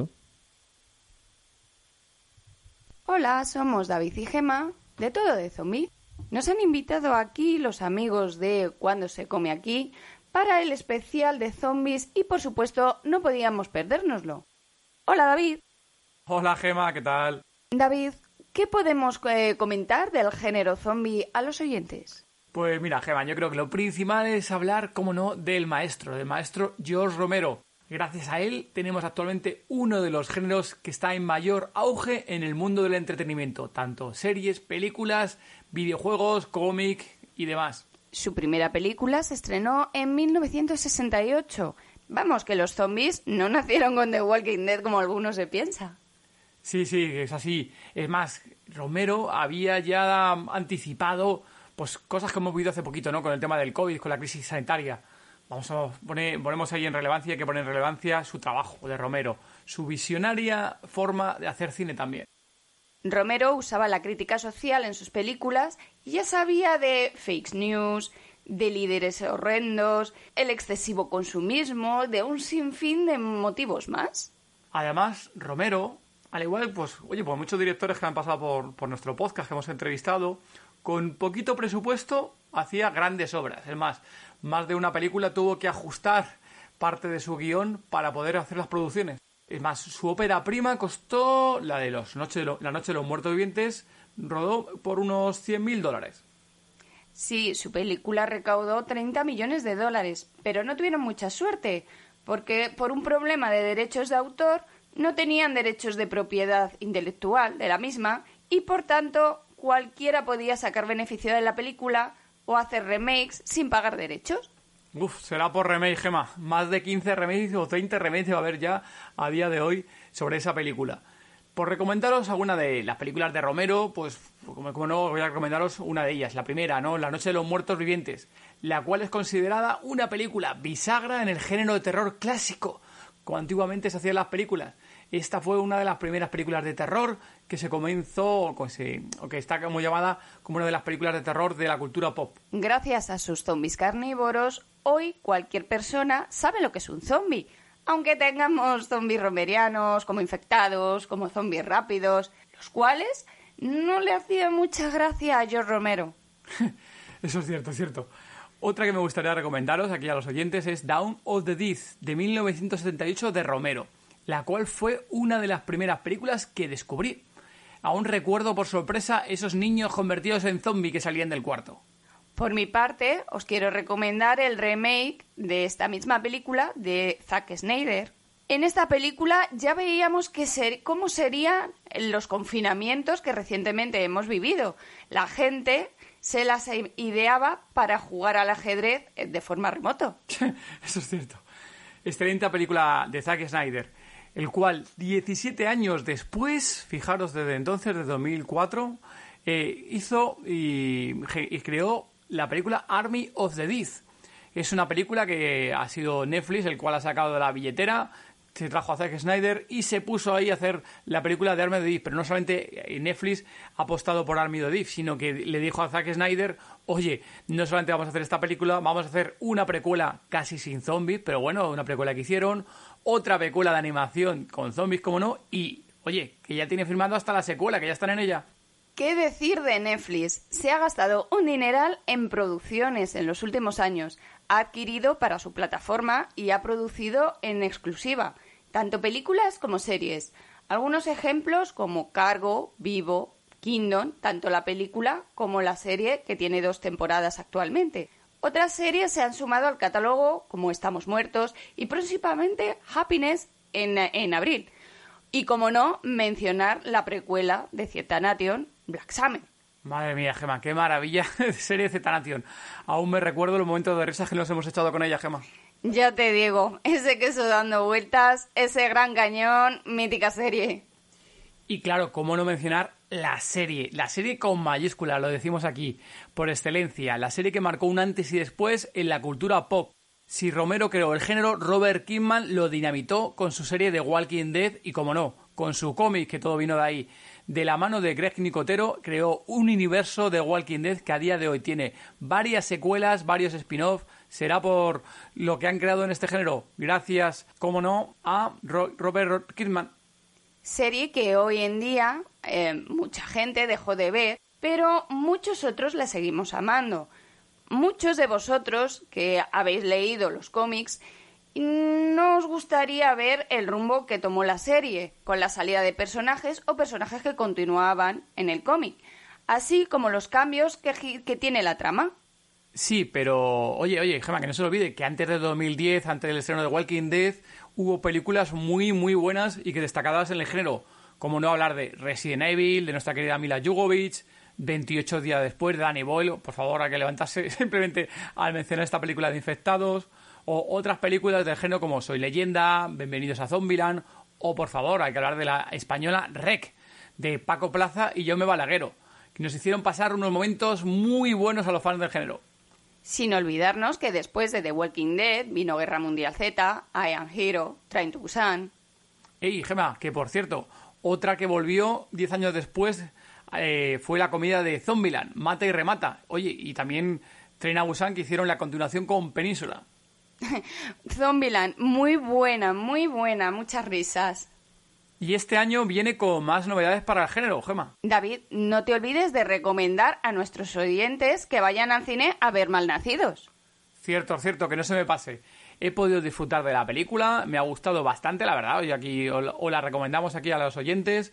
Speaker 11: Hola, somos David y Gema, de Todo de Zombie. Nos han invitado aquí los amigos de Cuando se come aquí para el especial de zombies y, por supuesto, no podíamos perdérnoslo. Hola, David.
Speaker 12: Hola, Gema, ¿qué tal?
Speaker 11: David, ¿qué podemos comentar del género zombie a los oyentes?
Speaker 12: Pues mira, Gema, yo creo que lo principal es hablar, cómo no, del maestro George Romero. Gracias a él tenemos actualmente uno de los géneros que está en mayor auge en el mundo del entretenimiento, tanto series, películas, videojuegos, cómic y demás.
Speaker 11: Su primera película se estrenó en 1968. Vamos, que los zombies no nacieron con The Walking Dead como algunos se piensa.
Speaker 12: Sí, es así. Es más, Romero había ya anticipado pues cosas que hemos vivido hace poquito, ¿no? Con el tema del COVID, con la crisis sanitaria. Ponemos ahí en relevancia, hay que poner en relevancia su trabajo de Romero, su visionaria forma de hacer cine también.
Speaker 11: Romero usaba la crítica social en sus películas y ya sabía de fake news, de líderes horrendos, el excesivo consumismo, de un sinfín de motivos más.
Speaker 12: Además, Romero, al igual, pues muchos directores que han pasado por nuestro podcast que hemos entrevistado, con poquito presupuesto hacía grandes obras. Es más de una película tuvo que ajustar parte de su guión para poder hacer las producciones. Es más, su ópera prima costó la Noche de los Muertos Vivientes, rodó por unos $100,000.
Speaker 11: Sí, su película recaudó 30 millones de dólares, pero no tuvieron mucha suerte, porque por un problema de derechos de autor no tenían derechos de propiedad intelectual de la misma y, por tanto, cualquiera podía sacar beneficio de la película o hacer remakes sin pagar derechos.
Speaker 12: Uf, será por remake, Gemma. Más de 15 remakes o 20 remakes va a haber ya a día de hoy sobre esa película. Por recomendaros alguna de las películas de Romero, pues como no, voy a recomendaros una de ellas, la primera, ¿no? La Noche de los Muertos Vivientes, la cual es considerada una película bisagra en el género de terror clásico, como antiguamente se hacían las películas. Esta fue una de las primeras películas de terror que se comenzó, o que está como llamada como una de las películas de terror de la cultura pop.
Speaker 11: Gracias a sus zombies carnívoros, hoy cualquier persona sabe lo que es un zombie. Aunque tengamos zombies romerianos, como infectados, como zombies rápidos, los cuales no le hacían mucha gracia a George Romero.
Speaker 12: Eso es cierto, es cierto. Otra que me gustaría recomendaros aquí a los oyentes es Dawn of the Dead, de 1978 de Romero, la cual fue una de las primeras películas que descubrí. Aún recuerdo por sorpresa esos niños convertidos en zombi que salían del cuarto.
Speaker 11: Por mi parte, os quiero recomendar el remake de esta misma película de Zack Snyder. En esta película ya veíamos cómo serían los confinamientos que recientemente hemos vivido. La gente se las ideaba para jugar al ajedrez de forma remota.
Speaker 12: Eso es cierto. Excelente película de Zack Snyder, el cual 17 años después, fijaros desde entonces, de 2004, hizo y creó la película Army of the Dead. Es una película que ha sido Netflix, el cual ha sacado de la billetera, se trajo a Zack Snyder y se puso ahí a hacer la película de Army of the Dead. Pero no solamente Netflix ha apostado por Army of the Dead, sino que le dijo a Zack Snyder, oye, no solamente vamos a hacer esta película, vamos a hacer una precuela casi sin zombies, pero bueno, una precuela que hicieron, otra precuela de animación con zombies, como no, y oye, que ya tiene firmado hasta la secuela, que ya están en ella.
Speaker 11: ¿Qué decir de Netflix? Se ha gastado un dineral en producciones en los últimos años. Ha adquirido para su plataforma y ha producido en exclusiva, tanto películas como series. Algunos ejemplos como Cargo, Vivo, Kingdom, tanto la película como la serie, que tiene 2 temporadas actualmente. Otras series se han sumado al catálogo, como Estamos Muertos y próximamente Happiness en abril. Y como no, mencionar la precuela de Z-Nation, Black Summer.
Speaker 12: Madre mía, Gemma, qué maravilla de serie Z-Nation. Aún me recuerdo los momentos de risas que nos hemos echado con ella, Gemma.
Speaker 11: Ya te digo, ese queso dando vueltas, ese gran cañón, mítica serie.
Speaker 12: Y claro, cómo no mencionar la serie con mayúscula, lo decimos aquí, por excelencia, la serie que marcó un antes y después en la cultura pop. Si Romero creó el género, Robert Kirkman lo dinamitó con su serie The Walking Dead y, como no, con su cómic, que todo vino de ahí. De la mano de Greg Nicotero, creó un universo de Walking Dead que a día de hoy tiene varias secuelas, varios spin-off. Será por lo que han creado en este género, gracias, como no, a Robert Kirkman.
Speaker 11: Serie que hoy en día mucha gente dejó de ver, pero muchos otros la seguimos amando. Muchos de vosotros que habéis leído los cómics, no os gustaría ver el rumbo que tomó la serie, con la salida de personajes o personajes que continuaban en el cómic, así como los cambios que tiene la trama.
Speaker 12: Sí, pero oye, Gemma, que no se olvide que antes de 2010, antes del estreno de Walking Dead, hubo películas muy, muy buenas y que destacadas en el género, como no hablar de Resident Evil, de nuestra querida Mila Jovovich, 28 días después de Danny Boyle, por favor, hay que levantarse simplemente al mencionar esta película de infectados, o otras películas del género como Soy Leyenda, Bienvenidos a Zombieland, o por favor, hay que hablar de la española Rec, de Paco Plaza y Jaume Balaguero, que nos hicieron pasar unos momentos muy buenos a los fans del género.
Speaker 11: Sin olvidarnos que después de The Walking Dead vino Guerra Mundial Z, I Am Hero, Train to Busan.
Speaker 12: Ey, Gemma, que por cierto, otra que volvió 10 años después fue la comedia de Zombieland, Mata y Remata. Oye, y también Train to Busan, que hicieron la continuación con Península.
Speaker 11: Zombieland, muy buena, muchas risas.
Speaker 12: Y este año viene con más novedades para el género, Gemma.
Speaker 11: David, no te olvides de recomendar a nuestros oyentes que vayan al cine a ver Malnacidos.
Speaker 12: Cierto, que no se me pase. He podido disfrutar de la película, me ha gustado bastante, la verdad. Hoy aquí os la recomendamos aquí a los oyentes.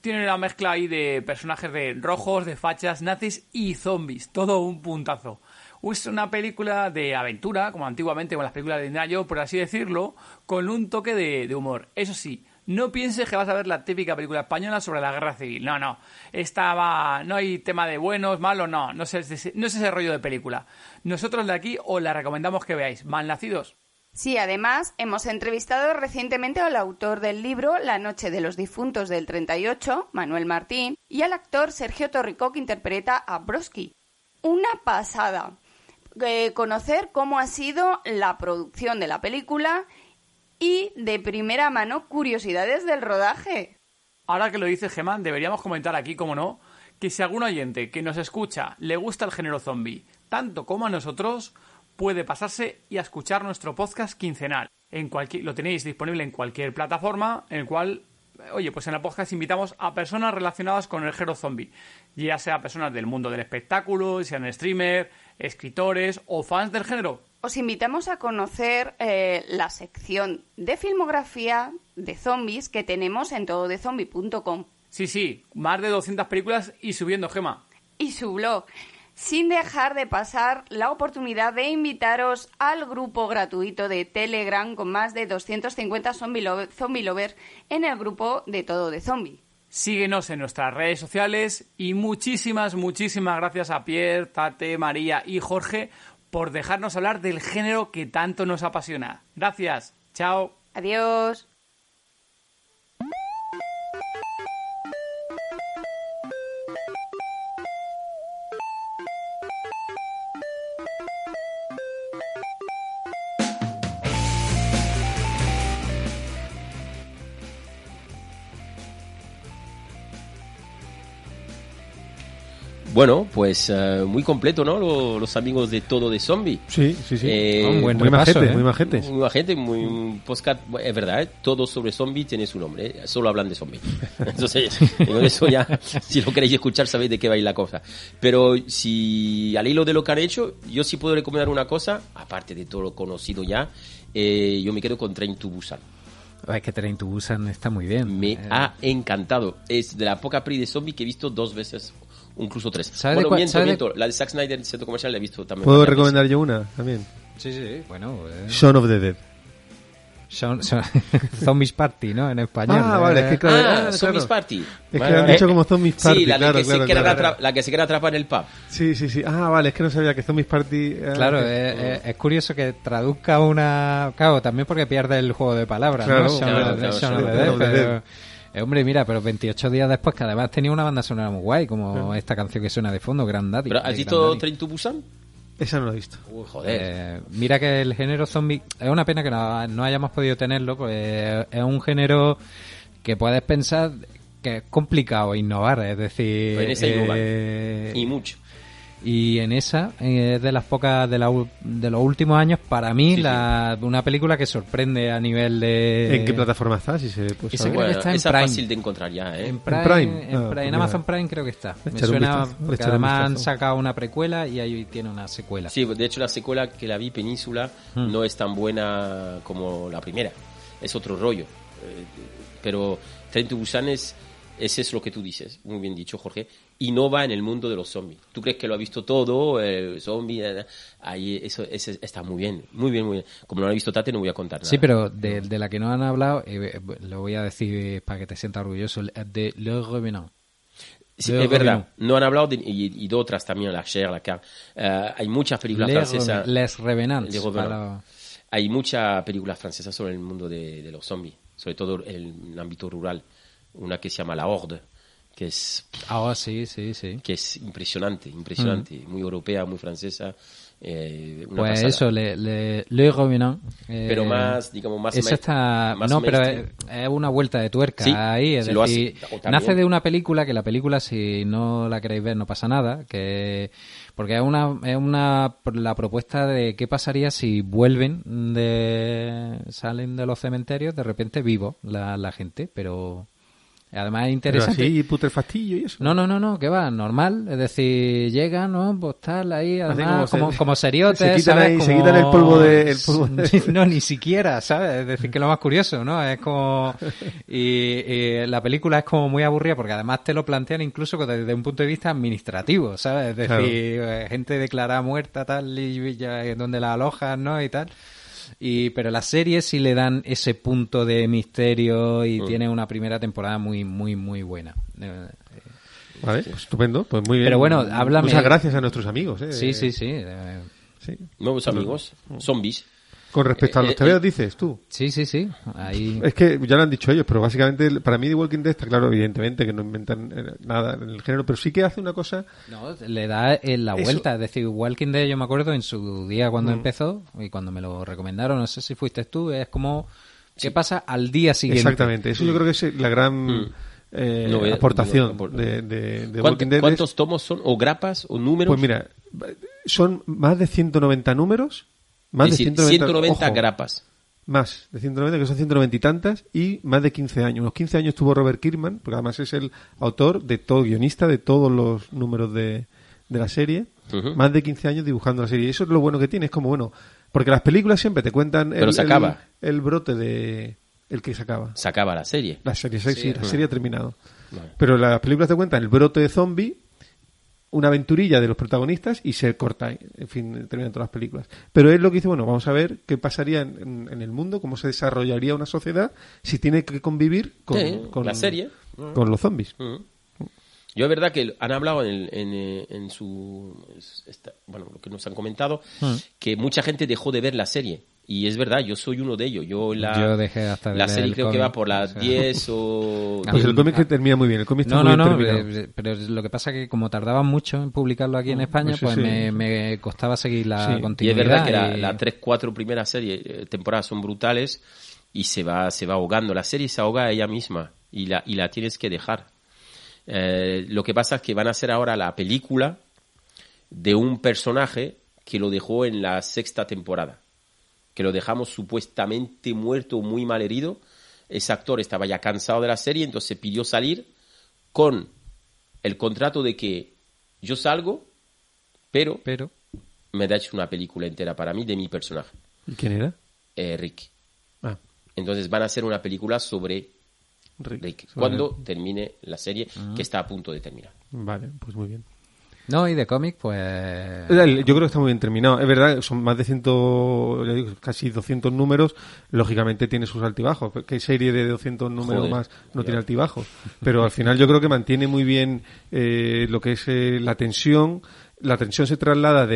Speaker 12: tiene una mezcla ahí de personajes de rojos, de fachas, nazis y zombies. Todo un puntazo. Es una película de aventura, como antiguamente con las películas de Indiana Jones, por así decirlo, con un toque de humor. Eso sí, no pienses que vas a ver la típica película española sobre la guerra civil. No. No hay tema de buenos, malos, no es ese rollo de película. Nosotros de aquí os la recomendamos que veáis. Malnacidos.
Speaker 11: Sí, además hemos entrevistado recientemente al autor del libro La noche de los difuntos del 38, Manuel Martín, y al actor Sergio Torricó, que interpreta a Brodsky. Una pasada. Conocer cómo ha sido la producción de la película y, de primera mano, curiosidades del rodaje.
Speaker 12: Ahora que lo dice Gemma, deberíamos comentar aquí, como no, que si algún oyente que nos escucha le gusta el género zombie, tanto como a nosotros, puede pasarse y a escuchar nuestro podcast quincenal. Lo tenéis disponible en cualquier plataforma, en el cual, pues en el podcast invitamos a personas relacionadas con el género zombie, ya sea personas del mundo del espectáculo, sean streamers, escritores o fans del género.
Speaker 11: Os invitamos a conocer la sección de filmografía de zombies que tenemos en tododezombie.com.
Speaker 12: Sí, más de 200 películas y subiendo, Gemma.
Speaker 11: Y su blog. Sin dejar de pasar la oportunidad de invitaros al grupo gratuito de Telegram con más de 250 zombie lovers en el grupo de Todo de Zombie.
Speaker 12: Síguenos en nuestras redes sociales y muchísimas gracias a Pierre, Tate, María y Jorge por dejarnos hablar del género que tanto nos apasiona. Gracias. Chao.
Speaker 11: Adiós.
Speaker 7: Bueno, pues muy completo, ¿no? Los amigos de Todo de Zombie.
Speaker 5: Sí.
Speaker 4: Un buen
Speaker 5: muy
Speaker 4: repaso,
Speaker 5: majetes.
Speaker 7: Muy majete, muy podcast. Es verdad, ¿eh? Todo sobre zombie tiene su nombre, ¿eh? Solo hablan de zombie. Entonces, con eso ya, si lo queréis escuchar, sabéis de qué va a ir la cosa. Pero si al hilo de lo que han hecho, yo sí puedo recomendar una cosa, aparte de todo lo conocido ya, yo me quedo con Train to Busan.
Speaker 4: Es que Train to Busan está muy bien.
Speaker 7: Me ha encantado. Es de la poca peli de zombie que he visto 2 veces, incluso 3.
Speaker 4: Bueno,
Speaker 7: miento. La de Zack Snyder en el centro comercial la he visto también.
Speaker 5: ¿Puedo recomendar yo una también?
Speaker 4: Sí, bueno.
Speaker 5: Shaun of the Dead.
Speaker 4: Zombies Party, ¿no? En español.
Speaker 5: Vale, es que claro.
Speaker 7: Zombies Party.
Speaker 5: Es que lo han dicho como Zombies Party.
Speaker 7: Sí, la que se quiere atrapar en el pub.
Speaker 5: Sí. Vale, es que no sabía que Zombies Party...
Speaker 4: Claro, es curioso que traduzca una... Claro, también porque pierde el juego de palabras,
Speaker 5: claro,
Speaker 4: ¿no? Shaun of the Dead. Hombre, mira, pero 28 días después, que además tenía una banda sonora muy guay, como esta canción que suena de fondo, Grandaddy.
Speaker 7: ¿Pero has visto Train to Busan?
Speaker 5: Esa no la he visto.
Speaker 7: Joder.
Speaker 4: Mira que el género zombie... Es una pena que no hayamos podido tenerlo, pues es un género que puedes pensar que es complicado innovar, es decir...
Speaker 7: Pues en esa innovar. Y mucho.
Speaker 4: Y en esa, de las pocas de los últimos años, para mí, una película que sorprende a nivel de...
Speaker 5: ¿En qué plataforma está? Si se puede saber.
Speaker 7: Bueno,
Speaker 4: está en
Speaker 7: esa
Speaker 4: Prime.
Speaker 7: Fácil de encontrar ya, ¿eh?
Speaker 4: En Prime. En Amazon Prime creo que está. Me suena porque además han sacado una precuela y ahí tiene una secuela.
Speaker 7: Sí, de hecho la secuela que la vi, Península, no es tan buena como la primera. Es otro rollo. Pero Train to Busan es lo que tú dices, muy bien dicho, Jorge, innova en el mundo de los zombies. ¿Tú crees que lo ha visto todo, el zombie? Ahí eso está muy bien. Como no lo ha visto Tate, no voy a contar nada.
Speaker 4: Sí, pero de la que no han hablado, lo voy a decir para que te sientas orgulloso, de Le Revenant.
Speaker 7: Sí, es verdad, no han hablado y de otras también, La Chair, La Carne. Hay muchas películas francesas.
Speaker 4: Les Revenants.
Speaker 7: Hay muchas películas francesas sobre el mundo de los zombies, sobre todo en el ámbito rural. Una que se llama La Horde, que es...
Speaker 4: sí.
Speaker 7: Que es impresionante, muy europea, muy francesa.
Speaker 4: Pues pasada. Eso, Le Revenant.
Speaker 7: Pero más, digamos, más...
Speaker 4: Esa está...
Speaker 7: más
Speaker 4: no, pero es una vuelta de tuerca, ¿sí? Ahí. Es decir, nace de una película, que la película, si no la queréis ver, no pasa nada, porque es la propuesta de qué pasaría si salen de los cementerios de repente vivos la gente, pero Además es interesante.
Speaker 5: Pero así putrefactillo y eso.
Speaker 4: No, que va, normal. Es decir, llegan, ¿no? Pues tal, ahí, además, como seriotes, ¿sabes?
Speaker 5: Se quitan el polvo de...
Speaker 4: No, ni siquiera, ¿sabes? Es decir, que lo más curioso, ¿no? Es como... Y la película es como muy aburrida porque además te lo plantean incluso desde un punto de vista administrativo, ¿sabes? Es decir, gente declarada muerta, tal, y ya, donde la alojan, ¿no? Y tal. Pero las series sí le dan ese punto de misterio y tiene una primera temporada muy, muy, muy buena.
Speaker 5: Vale, pues estupendo, pues muy bien.
Speaker 4: Pero bueno, háblame.
Speaker 5: Muchas gracias a nuestros amigos.
Speaker 4: Sí.
Speaker 7: Nuevos amigos, zombies.
Speaker 5: Con respecto a los TVOs, dices tú.
Speaker 4: Sí. Ahí...
Speaker 5: Es que ya lo han dicho ellos, pero básicamente para mí The Walking Dead está claro, evidentemente, que no inventan nada en el género, pero sí que hace una cosa...
Speaker 4: No, le da la vuelta. Es decir, Walking Dead, yo me acuerdo en su día cuando empezó y cuando me lo recomendaron, no sé si fuiste tú, es como... ¿Qué pasa al día siguiente?
Speaker 5: Exactamente, eso yo creo que es la gran... aportación de Walking Dead.
Speaker 7: ¿Cuántos tomos son? ¿O grapas? ¿O números?
Speaker 5: Pues mira, son más de 190 números. Más
Speaker 7: es
Speaker 5: de
Speaker 7: decir, 190 grapas.
Speaker 5: Más de 190, que son 190 y tantas, y más de 15 años. Unos 15 años tuvo Robert Kirkman, porque además es el autor de todo, guionista de todos los números de la serie. Más de 15 años dibujando la serie. Y eso es lo bueno que tiene, es como bueno, porque las películas siempre te cuentan el brote de... El que se acaba.
Speaker 7: Se acaba la serie.
Speaker 5: La serie ha terminado. Vale. Pero las películas te cuentan el brote de zombie, una aventurilla de los protagonistas y se corta. En fin, terminan todas las películas. Pero es lo que dice, bueno, vamos a ver qué pasaría en el mundo, cómo se desarrollaría una sociedad si tiene que convivir con
Speaker 7: la serie.
Speaker 5: Con los zombies.
Speaker 7: Yo es verdad que han hablado en su... bueno, lo que nos han comentado, que mucha gente dejó de ver la serie. Y es verdad, yo soy uno de ellos. Yo
Speaker 4: dejé hasta
Speaker 7: la serie creo que va por las 10 o...
Speaker 5: Pues el cómic termina muy bien. El cómic está muy bien terminado.
Speaker 4: Pero lo que pasa es que como tardaban mucho en publicarlo aquí en España, pues me costaba seguir la continuidad.
Speaker 7: Y es verdad que las 3-4 primeras temporadas son brutales y se va ahogando. La serie se ahoga ella misma y la tienes que dejar. Lo que pasa es que van a hacer ahora la película de un personaje que lo dejó en la 6ª temporada. Que lo dejamos supuestamente muerto o muy mal herido. Ese actor estaba ya cansado de la serie, entonces pidió salir con el contrato de que yo salgo, pero me da hecho una película entera para mí de mi personaje.
Speaker 5: ¿Y quién era?
Speaker 7: Rick. Entonces van a hacer una película sobre Rick cuando termine la serie, que está a punto de terminar.
Speaker 5: Vale, pues muy bien.
Speaker 4: No, y de cómic, pues...
Speaker 5: Yo creo que está muy bien terminado. Es verdad, son más de casi 200 números. Lógicamente tiene sus altibajos. ¿Qué serie de 200 números más no tiene altibajos? Pero al final yo creo que mantiene muy bien lo que es la tensión. La tensión se traslada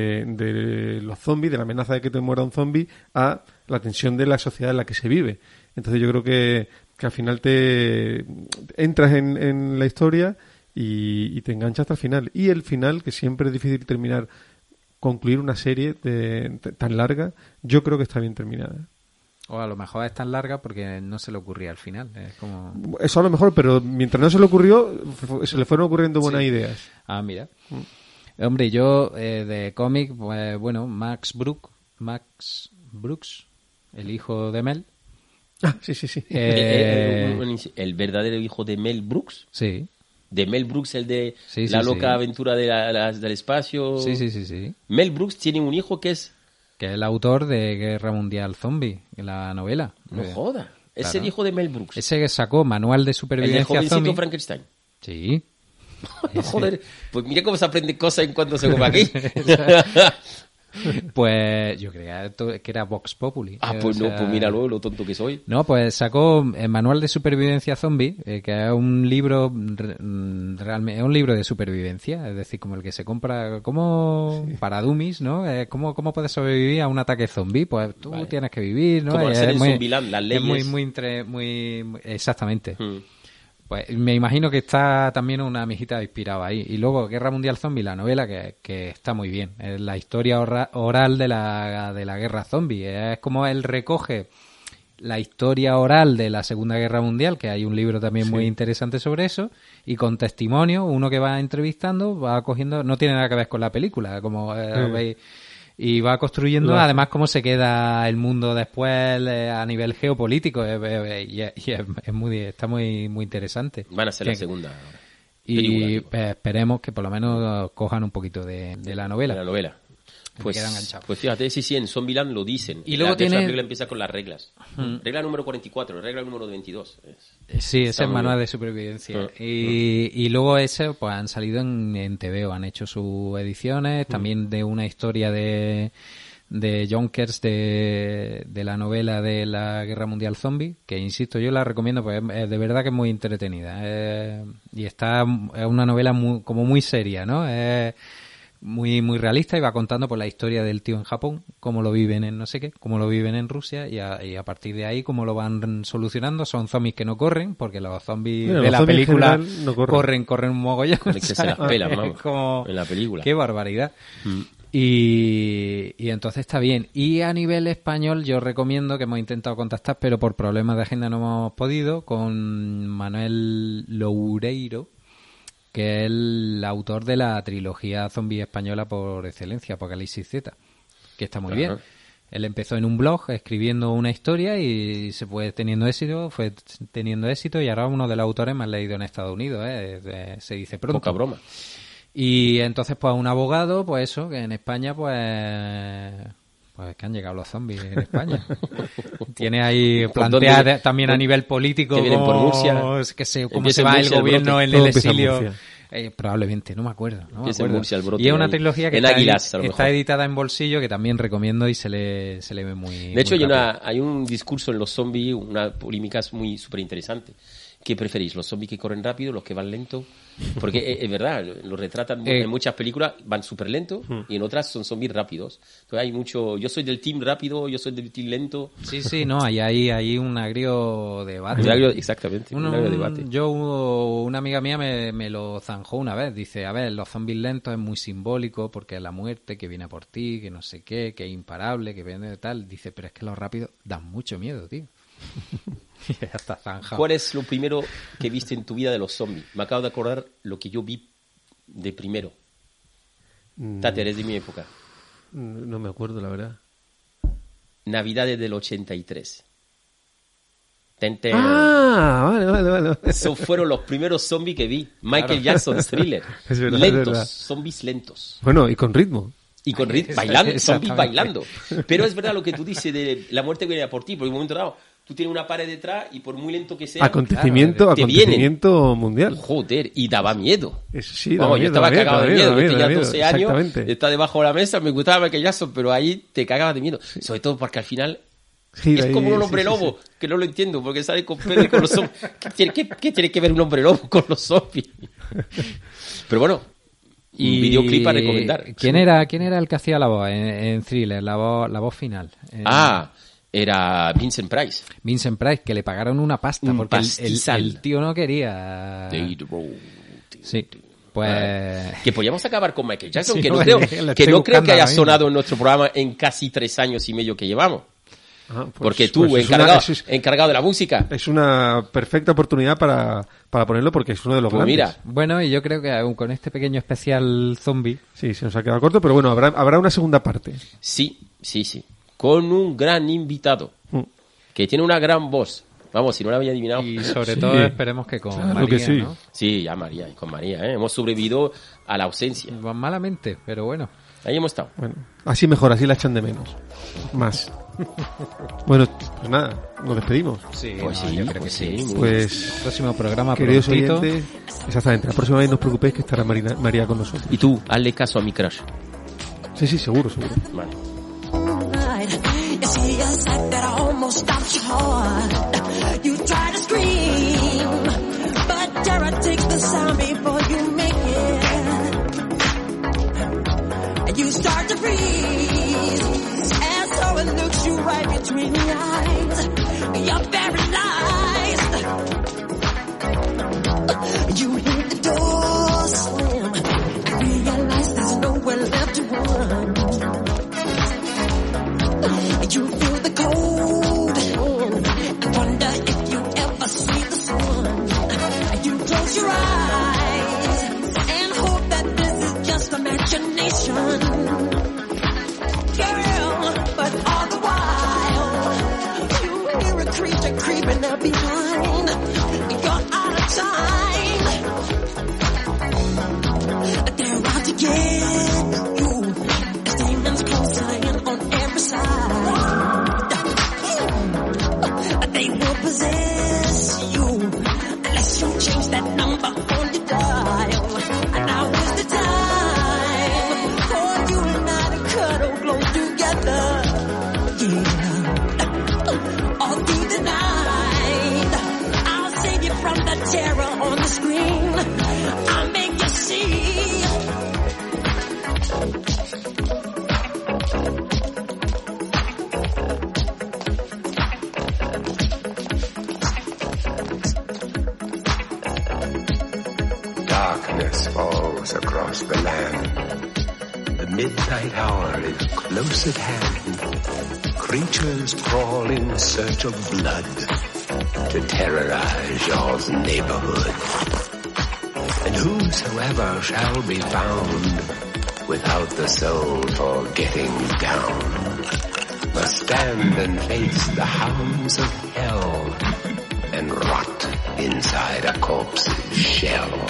Speaker 5: de los zombies, de la amenaza de que te muera un zombie, a la tensión de la sociedad en la que se vive. Entonces yo creo que al final te entras en la historia y te engancha hasta el final. Y el final, que siempre es difícil concluir una serie tan larga, yo creo que está bien terminada.
Speaker 4: O a lo mejor es tan larga porque no se le ocurría al final. Es como...
Speaker 5: Eso a lo mejor, pero mientras no se le ocurrió, se le fueron ocurriendo buenas ideas.
Speaker 4: Ah, mira. Hombre, yo de cómic, pues bueno, Max Brooks, el hijo de Mel.
Speaker 5: Sí.
Speaker 7: ¿El verdadero hijo de Mel Brooks?
Speaker 4: Sí.
Speaker 7: De Mel Brooks, el de la loca aventura del espacio.
Speaker 4: Sí.
Speaker 7: Mel Brooks tiene un hijo que es
Speaker 4: el autor de Guerra Mundial Zombie, la novela.
Speaker 7: No joda. Es el hijo de Mel Brooks.
Speaker 4: Ese que sacó Manual de Supervivencia
Speaker 7: el jovencito
Speaker 4: Zombie.
Speaker 7: Frankenstein.
Speaker 4: Sí.
Speaker 7: Joder, pues mira cómo se aprende cosas en cuanto se come aquí.
Speaker 4: Pues yo creía que era Vox Populi.
Speaker 7: Pues no, pues míralo, lo tonto que soy.
Speaker 4: No, pues sacó el Manual de Supervivencia Zombie, que es un libro, realmente es un libro de supervivencia, es decir, como el que se compra para dummies, ¿no? ¿Cómo puedes sobrevivir a un ataque zombie? Pues tú tienes que vivir, ¿no?
Speaker 7: Como hacer en Zombieland, las leyes.
Speaker 4: Es muy exactamente. Pues me imagino que está también una mijita inspirada ahí. Y luego Guerra Mundial Zombie, la novela, que está muy bien. Es la historia oral de la guerra zombie. Es como él recoge la historia oral de la Segunda Guerra Mundial, que hay un libro también muy interesante sobre eso, y con testimonio, uno que va entrevistando, va cogiendo... No tiene nada que ver con la película, como veis... y va construyendo además cómo se queda el mundo después a nivel geopolítico y está muy interesante.
Speaker 7: Van a ser la segunda
Speaker 4: y esperemos que por lo menos cojan un poquito de la novela.
Speaker 7: De la novela. Pues fíjate, sí, en Zombieland lo dicen.
Speaker 4: Y luego
Speaker 7: la regla empieza con las reglas. Regla número 44, regla número 22.
Speaker 4: Sí, ese es el manual de supervivencia. Y luego ese, pues han salido en TVO, han hecho sus ediciones, también de una historia de Jonkers de la novela de la Guerra Mundial Zombie, que insisto, yo la recomiendo porque es de verdad que es muy entretenida. Y es una novela muy seria, ¿no? Es muy realista y va contando por la historia del tío en Japón, cómo lo viven en no sé qué, cómo lo viven en Rusia y a partir de ahí cómo lo van solucionando. Son zombies que no corren, porque los zombies de la película no corren un mogollón.
Speaker 7: Que se las pelan, vamos, como en la película.
Speaker 4: Qué barbaridad. Y entonces está bien. Y a nivel español yo recomiendo, que hemos intentado contactar, pero por problemas de agenda no hemos podido, con Manuel Loureiro, que es el autor de la trilogía zombie española por excelencia, Apocalipsis Z, que está muy bien. Él empezó en un blog escribiendo una historia y se fue teniendo éxito y ahora uno de los autores más leídos en Estados Unidos, se dice pronto.
Speaker 7: Poca broma.
Speaker 4: Y entonces, pues un abogado, pues eso, que en España, pues que han llegado los zombies en España. Tiene ahí plantea también a nivel político
Speaker 7: cómo
Speaker 4: se va el gobierno en el exilio. Probablemente, no me acuerdo.
Speaker 7: Murcia, el brote
Speaker 4: y es una trilogía que
Speaker 7: está
Speaker 4: editada en bolsillo, que también recomiendo y se le ve muy.
Speaker 7: De hecho, hay un discurso en los zombies, una polémica muy súper interesante. ¿Qué preferís? ¿Los zombies que corren rápido, los que van lento? Porque es verdad, lo retratan en muchas películas, van súper lento y en otras son zombies rápidos. Entonces hay mucho, yo soy del team rápido, yo soy del team lento.
Speaker 4: Sí, no, hay un agrio debate.
Speaker 7: Exactamente, un agrio debate.
Speaker 4: Una amiga mía me lo zanjó una vez, dice, a ver, los zombies lentos es muy simbólico porque es la muerte que viene por ti, que no sé qué, que es imparable, que viene de tal. Dice, pero es que los rápidos dan mucho miedo, tío. Está zanjado.
Speaker 7: ¿Cuál es lo primero que viste en tu vida de los zombies? Me acabo de acordar lo que yo vi de primero. Tate, eres de mi época.
Speaker 5: No me acuerdo, la verdad.
Speaker 7: Navidades del 83.
Speaker 5: Vale.
Speaker 7: Esos fueron los primeros zombies que vi. Michael Jackson, Thriller.
Speaker 5: Es verdad,
Speaker 7: lentos, zombies lentos.
Speaker 5: Bueno, y con ritmo.
Speaker 7: Y con ritmo, bailando, zombies bailando. Pero es verdad lo que tú dices de la muerte que viene a por ti, porque en un momento dado tú tienes una pared detrás y por muy lento que sea,
Speaker 5: acontecimiento mundial.
Speaker 7: Joder, y daba miedo.
Speaker 5: Sí,
Speaker 7: yo estaba cagado de miedo. Yo tenía 12 años, estaba debajo de la mesa, me gustaba Michael Jackson, pero ahí te cagabas de miedo. Sí. Sobre todo porque al final es como un hombre lobo, que no lo entiendo, porque sale con Pedro y con los zombies. ¿Qué tiene que ver un hombre lobo con los zombies? Pero bueno, un videoclip a recomendar.
Speaker 4: ¿Quién era el que hacía la voz en Thriller, la voz final?
Speaker 7: Era Vincent Price.
Speaker 4: Vincent Price, que le pagaron una pasta porque el tío no quería. Sí. Pues
Speaker 7: que podíamos acabar con Michael Jackson, sí, que no creo que haya sonado en nuestro programa en casi 3 años y medio que llevamos. Porque tú, encargado de la música.
Speaker 5: Es una perfecta oportunidad para ponerlo porque es uno de los grandes.
Speaker 7: Mira.
Speaker 4: Bueno, y yo creo que aún con este pequeño especial zombie.
Speaker 5: Sí, se nos ha quedado corto, pero bueno, habrá una segunda parte.
Speaker 7: Sí. Con un gran invitado que tiene una gran voz. Vamos, si no la había adivinado.
Speaker 4: Y sobre todo esperemos que con María,
Speaker 5: que sí.
Speaker 4: ¿no?
Speaker 7: Sí, ya María, y con María, Hemos sobrevivido a la ausencia.
Speaker 4: Malamente, pero bueno.
Speaker 7: Ahí hemos estado.
Speaker 5: Bueno, así mejor, así la echan de menos. Más. Bueno, pues nada, nos despedimos.
Speaker 4: Sí, yo creo que sí.
Speaker 5: Pues
Speaker 4: próximo programa,
Speaker 5: queridos oyentes, exactamente, la próxima vez no os preocupéis que estará María con nosotros.
Speaker 7: Y tú, hazle caso a mi crush.
Speaker 5: Sí, seguro.
Speaker 7: Vale.
Speaker 10: You see a sight that almost stops your heart. You try to scream, but terror takes the sound before you make it. And you start to freeze, and so it looks you right between the eyes. You're paralyzed. You hear the door slam, and realize there's nowhere left to run. You feel the cold hand
Speaker 13: possess you unless you change that number on your dial. And now is the time for you and I to cuddle close together. Yeah, all through the night, I'll save you from the terror on the screen. I'll make you see.
Speaker 14: Darkness falls across the land. The midnight hour is close at hand. Creatures crawl in search of blood to terrorize your neighborhood. And whosoever shall be found without the soul for getting down must stand and face the hounds of hell and rot inside a corpse's shell.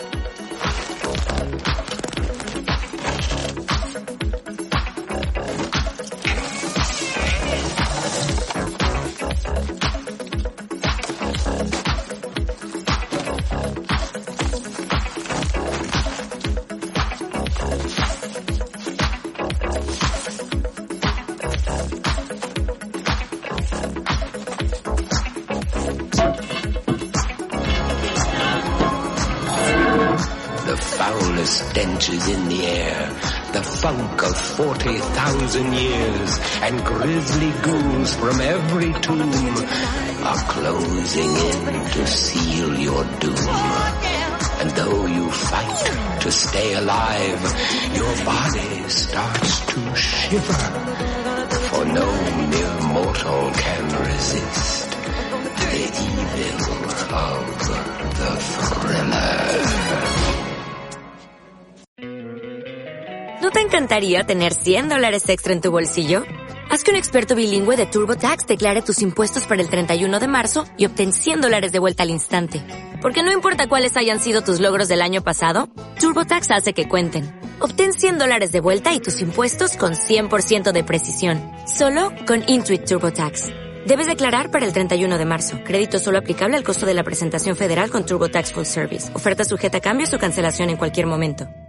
Speaker 14: Stench is in the air, the funk of 40,000 years, and grisly ghouls from every tomb are closing in to seal your doom. And though you fight to stay alive, your body starts to shiver, for no mere mortal can resist the evil of the thriller.
Speaker 15: ¿No te encantaría tener $100 extra en tu bolsillo? Haz que un experto bilingüe de TurboTax declare tus impuestos para el 31 de marzo y obtén $100 de vuelta al instante. Porque no importa cuáles hayan sido tus logros del año pasado, TurboTax hace que cuenten. Obtén $100 de vuelta y tus impuestos con 100% de precisión. Solo con Intuit TurboTax. Debes declarar para el 31 de marzo. Crédito solo aplicable al costo de la presentación federal con TurboTax Full Service. Oferta sujeta a cambios o cancelación en cualquier momento.